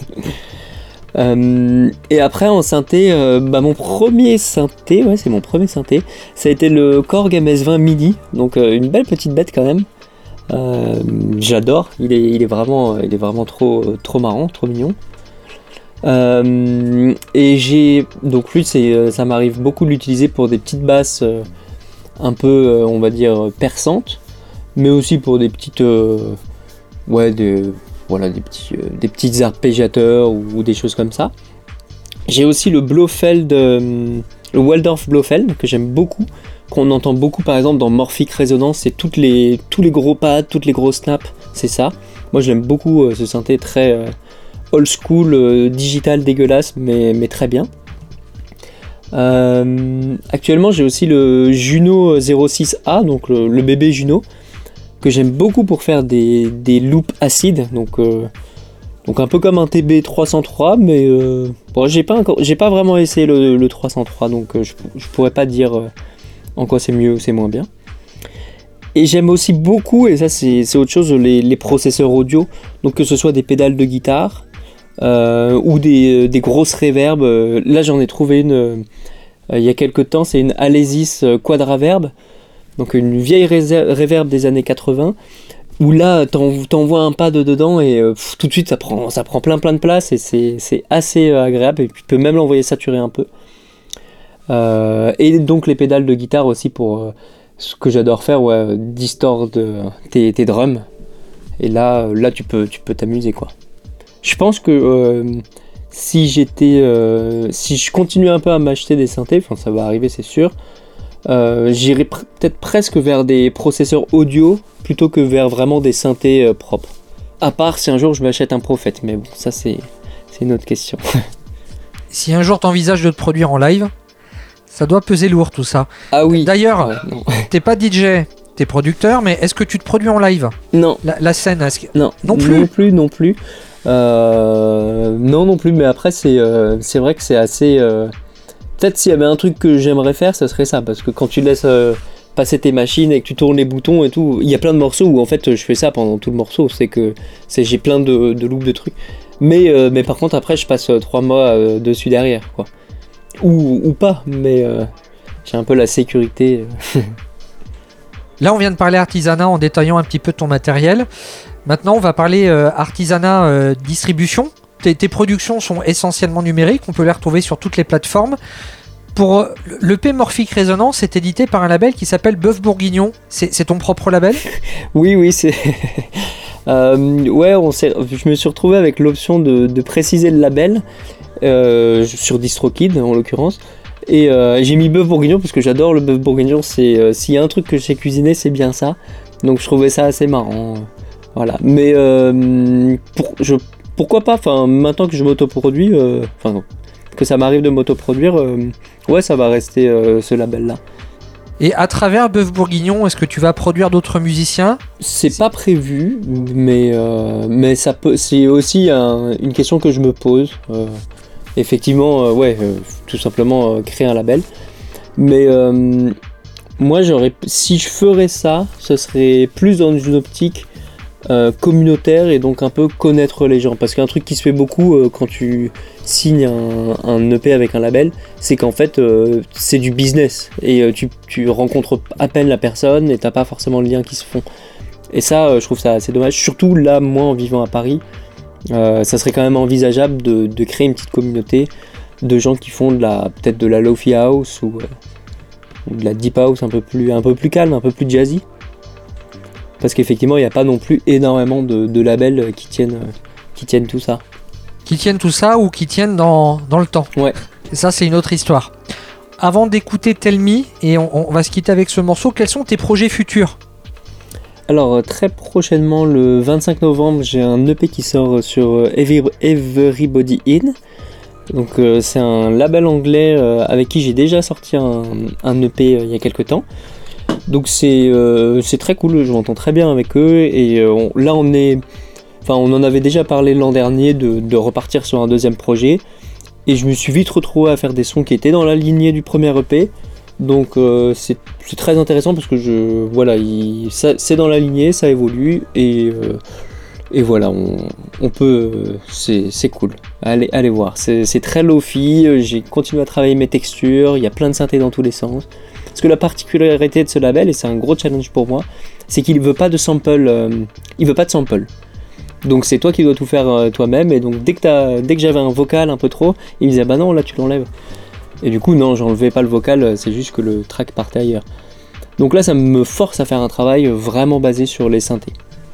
euh, et après en synthé, euh, bah, mon premier synthé, ouais, c'est mon premier synthé, ça a été le Korg M S vingt Mini, donc euh, une belle petite bête quand même. Euh, j'adore, il est, il est vraiment, il est vraiment trop, trop marrant, trop mignon. Euh, et j'ai donc lui, c'est, ça m'arrive beaucoup de l'utiliser pour des petites basses. Euh, un peu euh, on va dire perçante, mais aussi pour des petites euh, ouais des voilà des petits euh, des petits arpégiateurs ou, ou des choses comme ça. J'ai aussi le Blofeld euh, le Waldorf Blofeld que j'aime beaucoup, qu'on entend beaucoup par exemple dans Morphic Resonance, c'est toutes les tous les gros pads, toutes les grosses snaps, c'est ça. Moi j'aime beaucoup euh, ce synthé très euh, old school euh, digital dégueulasse mais mais très bien. Euh, actuellement j'ai aussi le Juno zéro six A, donc le, le bébé Juno, que j'aime beaucoup pour faire des, des loops acides, donc, euh, donc un peu comme un T B trois cent trois, mais euh, bon, j'ai pas encore, j'ai pas vraiment essayé le, le trois cent trois, donc euh, je, je pourrais pas dire euh, en quoi c'est mieux ou c'est moins bien. Et j'aime aussi beaucoup, et ça c'est, c'est autre chose, les, les processeurs audio, donc que ce soit des pédales de guitare euh, ou des, des grosses reverbs. Là j'en ai trouvé une euh, il y a quelques temps, c'est une Alesis Quadraverb, donc une vieille reverb des années quatre-vingts, où là t'en, t'envoies un pad dedans et euh, pff, tout de suite ça prend, ça prend plein plein de place et c'est, c'est assez euh, agréable, et tu peux même l'envoyer saturer un peu. Euh, et donc les pédales de guitare aussi pour... Euh, ce que j'adore faire, ouais, distord tes, tes drums, et là, là tu peux, tu peux t'amuser quoi. Je pense que euh, si j'étais, euh, si je continue un peu à m'acheter des synthés, enfin ça va arriver c'est sûr, euh, j'irai pr- peut-être presque vers des processeurs audio plutôt que vers vraiment des synthés euh, propres. À part si un jour je m'achète un Prophet, mais bon ça c'est, c'est une autre question. Si un jour t'envisages de te produire en live, ça doit peser lourd tout ça. Ah oui. D'ailleurs, ouais, t'es pas D J, t'es producteur, mais est-ce que tu te produis en live ? Non. La, la scène, est-ce que... Non. Non plus. Non plus, non plus. Euh, non, non plus. Mais après, c'est, euh, c'est vrai que c'est assez. Euh... Peut-être s'il y avait un truc que j'aimerais faire, ça serait ça, parce que quand tu laisses euh, passer tes machines et que tu tournes les boutons et tout, il y a plein de morceaux où en fait je fais ça pendant tout le morceau. C'est que c'est, j'ai plein de, de loops de trucs. Mais, euh, mais par contre, après, je passe euh, trois mois euh, dessus derrière, quoi. Ou, ou pas, mais euh, j'ai un peu la sécurité. Là, on vient de parler artisanat en détaillant un petit peu ton matériel. Maintenant, on va parler euh, artisanat euh, distribution. Tes, tes productions sont essentiellement numériques, on peut les retrouver sur toutes les plateformes. Pour euh, l'E P Morphic Résonance, c'est édité par un label qui s'appelle Bœuf Bourguignon. C'est, c'est ton propre label ? Oui, oui, c'est... euh, ouais, on s'est... je me suis retrouvé avec l'option de, de préciser le label. Euh, sur DistroKid en l'occurrence, et euh, j'ai mis bœuf bourguignon parce que j'adore le bœuf bourguignon. C'est euh, s'il y a un truc que je sais cuisiner, c'est bien ça, donc je trouvais ça assez marrant, voilà. Mais euh, pour, je, pourquoi pas, enfin maintenant que je m'autoproduis, enfin euh, que ça m'arrive de m'autoproduire, euh, ouais, ça va rester euh, ce label là. Et à travers Bœuf Bourguignon, est-ce que tu vas produire d'autres musiciens ? C'est pas prévu, mais, euh, mais ça peut, c'est aussi un, une question que je me pose. Euh, effectivement, euh, ouais, euh, tout simplement euh, créer un label. Mais euh, moi, j'aurais, si je ferais ça, ce serait plus dans une optique euh, communautaire et donc un peu connaître les gens. Parce qu'un truc qui se fait beaucoup euh, quand tu signes un, un E P avec un label, c'est qu'en fait euh, c'est du business et euh, tu, tu rencontres à peine la personne et t'as pas forcément le lien qui se font. Et ça, euh, je trouve ça assez dommage. Surtout là, moi en vivant à Paris, euh, ça serait quand même envisageable de, de créer une petite communauté de gens qui font de la, peut-être de la lofi house ou, euh, ou de la deep house un peu plus, un peu plus calme, un peu plus jazzy. Parce qu'effectivement, il n'y a pas non plus énormément de, de labels qui tiennent, qui tiennent tout ça. Qui tiennent tout ça ou qui tiennent dans, dans le temps. Ouais. Et ça, c'est une autre histoire. Avant d'écouter Tell Me, et on, on va se quitter avec ce morceau, quels sont tes projets futurs ? Alors, très prochainement, le vingt-cinq novembre, j'ai un E P qui sort sur Every, Everybody In. Donc, euh, c'est un label anglais euh, avec qui j'ai déjà sorti un, un E P euh, il y a quelques temps. Donc, c'est, euh, c'est très cool, je m'entends très bien avec eux. Et euh, on, là, on est... Enfin, on en avait déjà parlé l'an dernier de, de repartir sur un deuxième projet. Et je me suis vite retrouvé à faire des sons qui étaient dans la lignée du premier E P. Donc euh, c'est, c'est très intéressant parce que je, voilà, il, ça, c'est dans la lignée, ça évolue. Et, euh, et voilà, on, on peut... C'est, c'est cool. Allez, allez voir. C'est, c'est très lo-fi. J'ai continué à travailler mes textures. Il y a plein de synthés dans tous les sens. Parce que la particularité de ce label, et c'est un gros challenge pour moi, c'est qu'il veut pas de sample. Euh, il veut pas de sample. Donc c'est toi qui dois tout faire euh, toi-même, et donc dès que, t'as, dès que j'avais un vocal un peu trop, il me disait bah non là tu l'enlèves. Et du coup non, j'enlevais pas le vocal, c'est juste que le track partait ailleurs. Donc là ça me force à faire un travail vraiment basé sur les synthés.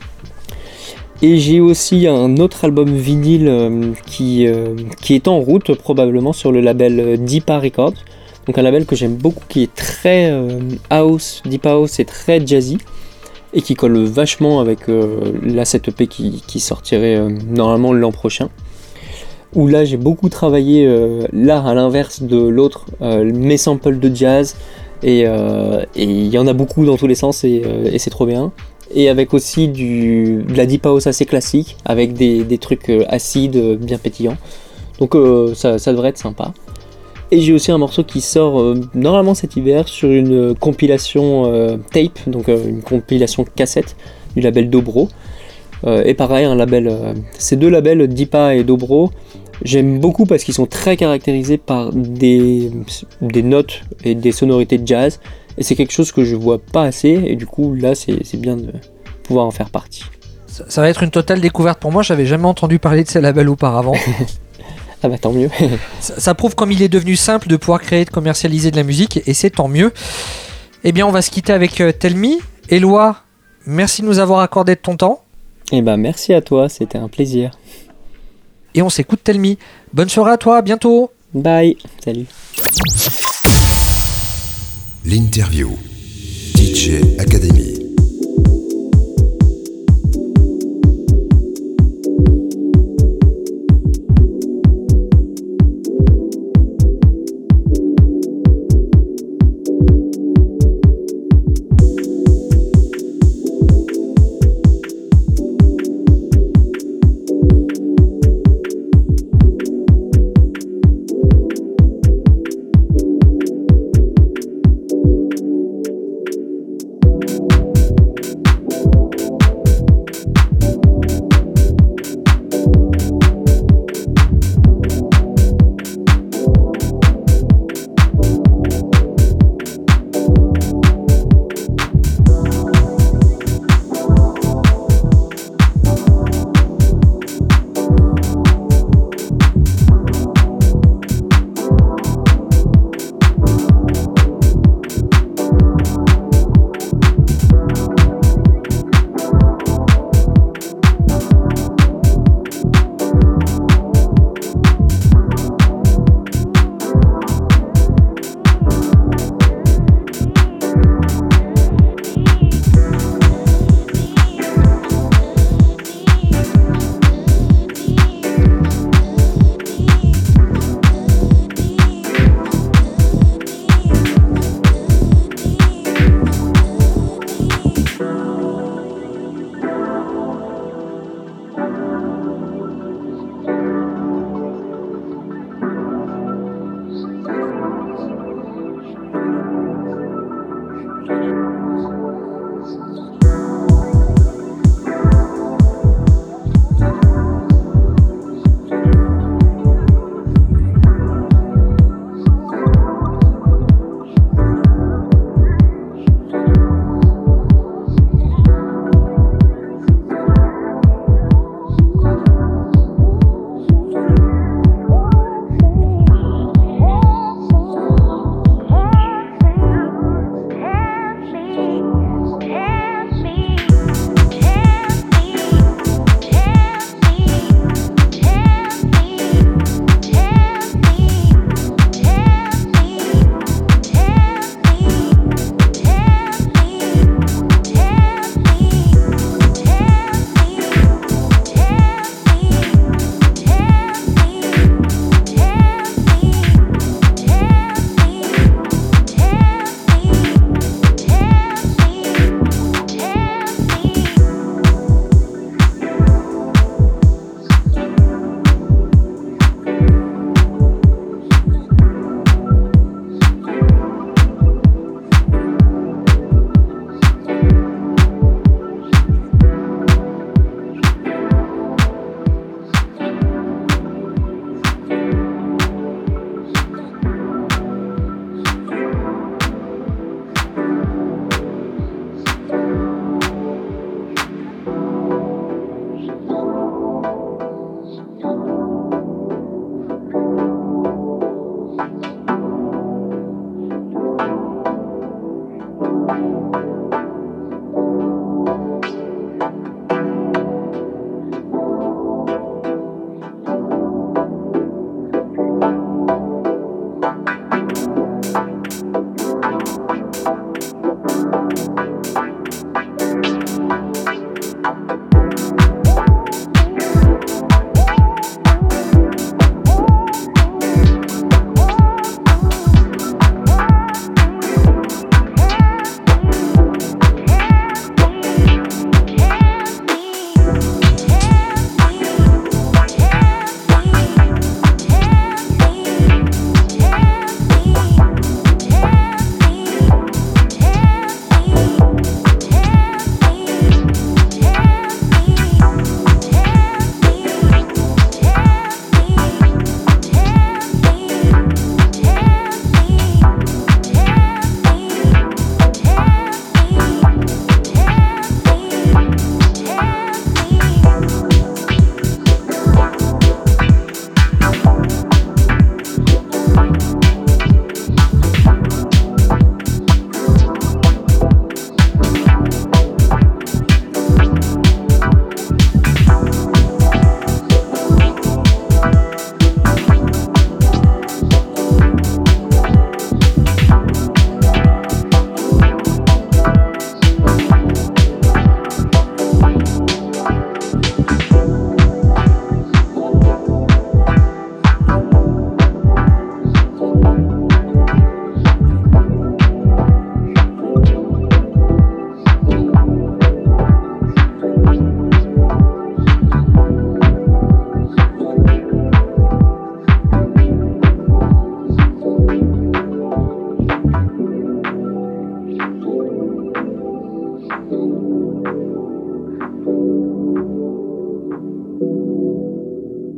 Et j'ai aussi un autre album vinyle euh, qui, euh, qui est en route probablement sur le label Deepa Records. Donc un label que j'aime beaucoup, qui est très euh, house, deep house et très jazzy. Et qui colle vachement avec euh, la cette E P qui, qui sortirait euh, normalement l'an prochain. Où là j'ai beaucoup travaillé, euh, là à l'inverse de l'autre, euh, mes samples de jazz, et il euh, y en a beaucoup dans tous les sens, et, euh, et c'est trop bien. et avec aussi du, de la deep house assez classique, avec des, des trucs acides, bien pétillants. Donc euh, ça, ça devrait être sympa. Et j'ai aussi un morceau qui sort euh, normalement cet hiver sur une compilation euh, tape, donc euh, une compilation cassette du label Dobro. Euh, et pareil, un label, euh, ces deux labels, Deepa et Dobro, j'aime beaucoup parce qu'ils sont très caractérisés par des, des notes et des sonorités de jazz. Et c'est quelque chose que je vois pas assez, et du coup là c'est, c'est bien de pouvoir en faire partie. Ça, ça va être une totale découverte pour moi, j'avais jamais entendu parler de ces labels auparavant. Ah bah tant mieux. ça, ça prouve comme il est devenu simple de pouvoir créer et de commercialiser de la musique, et c'est tant mieux. Eh bien on va se quitter avec euh, Tell Me. Éloi, merci de nous avoir accordé de ton temps. Eh bah merci à toi, c'était un plaisir. Et on s'écoute Tell Me. Bonne soirée à toi, à bientôt. Bye, salut. L'interview D J Academy.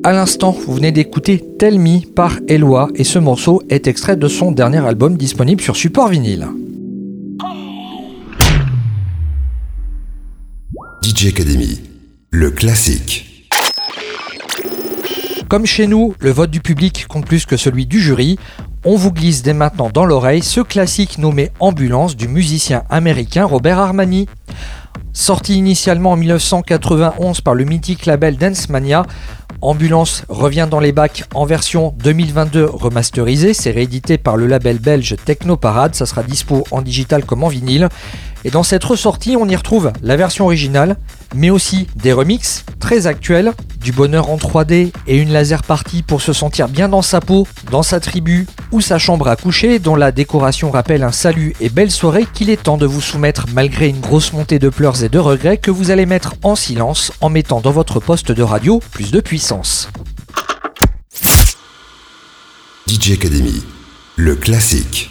À l'instant, vous venez d'écouter Tell Me par Eloi et ce morceau est extrait de son dernier album disponible sur support vinyle. D J Academy, le classique. Comme chez nous, le vote du public compte plus que celui du jury. On vous glisse dès maintenant dans l'oreille ce classique nommé Ambulance du musicien américain Robert Armani. Sorti initialement en dix-neuf cent quatre-vingt-onze par le mythique label Dance Mania, Ambulance revient dans les bacs en version deux mille vingt-deux remasterisée, c'est réédité par le label belge Technoparade, ça sera dispo en digital comme en vinyle. Et dans cette ressortie, on y retrouve la version originale, mais aussi des remixes très actuels, du bonheur en trois D et une laser party pour se sentir bien dans sa peau, dans sa tribu ou sa chambre à coucher, dont la décoration rappelle un salut et belle soirée qu'il est temps de vous soumettre malgré une grosse montée de pleurs et de regrets que vous allez mettre en silence en mettant dans votre poste de radio plus de puissance. D J Academy, le classique.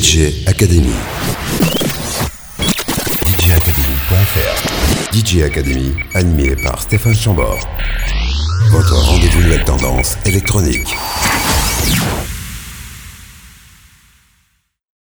J Academy. D J Academy point F R. D J Academy, animé par Stéphane Chambord. Votre rendez-vous nouvelle tendance électronique.